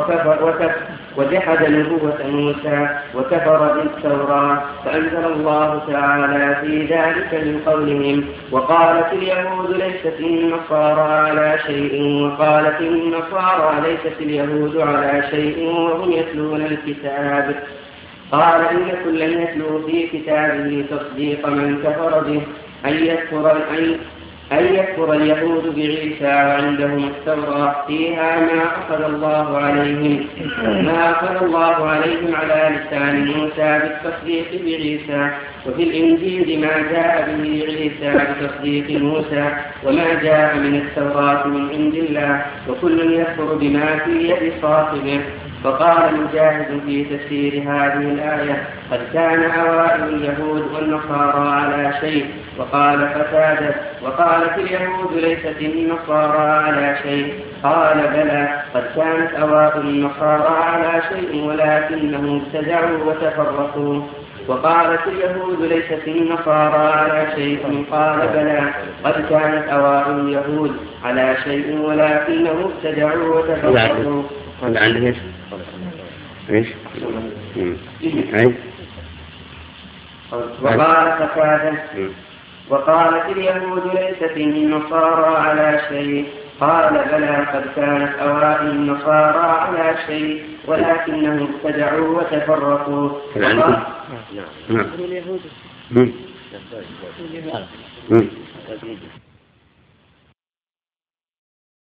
S4: وكفر بالتوراة، فأنزل الله تعالى في ذلك من قولهم وقالت اليهود ليست النصارى على شيء وقالت النصارى ليست اليهود على شيء وهم يتلون الكتاب. قال إن كلا يتلو في كتابه تصديق من كفر به أن يكفر اليهود بعيسى وعندهم التوراة فيها ما أخذ الله عليهم على لسان موسى بالتصديق بعيسى، وفي الإنجيل ما جاء به عيسى بتصديق موسى وما جاء من التوراة من عند الله، وكل يكفر بما في يد صاحبه. فقال مجاهد في تفسير هذه الآية قد كان أوائل اليهود والنصارى على شيء. وقال قتادة وقالت اليهود ليست النصارى على شيء. قال بلى قد كانت أوائل النصارى على شيء ولكنهم ابتدعوا وتفرقوا. وقالت اليهود ليست النصارى على شيء. قال بلى قد كانت أوائل اليهود على شيء ولكنهم ابتدعوا وتفرقوا. وقال قتادة وقالت اليهود ليست النصارى على شيء. قال بلى قد كانت أوائل النصارى على شيء ولكنهم ابتدعوا وتفرقوا.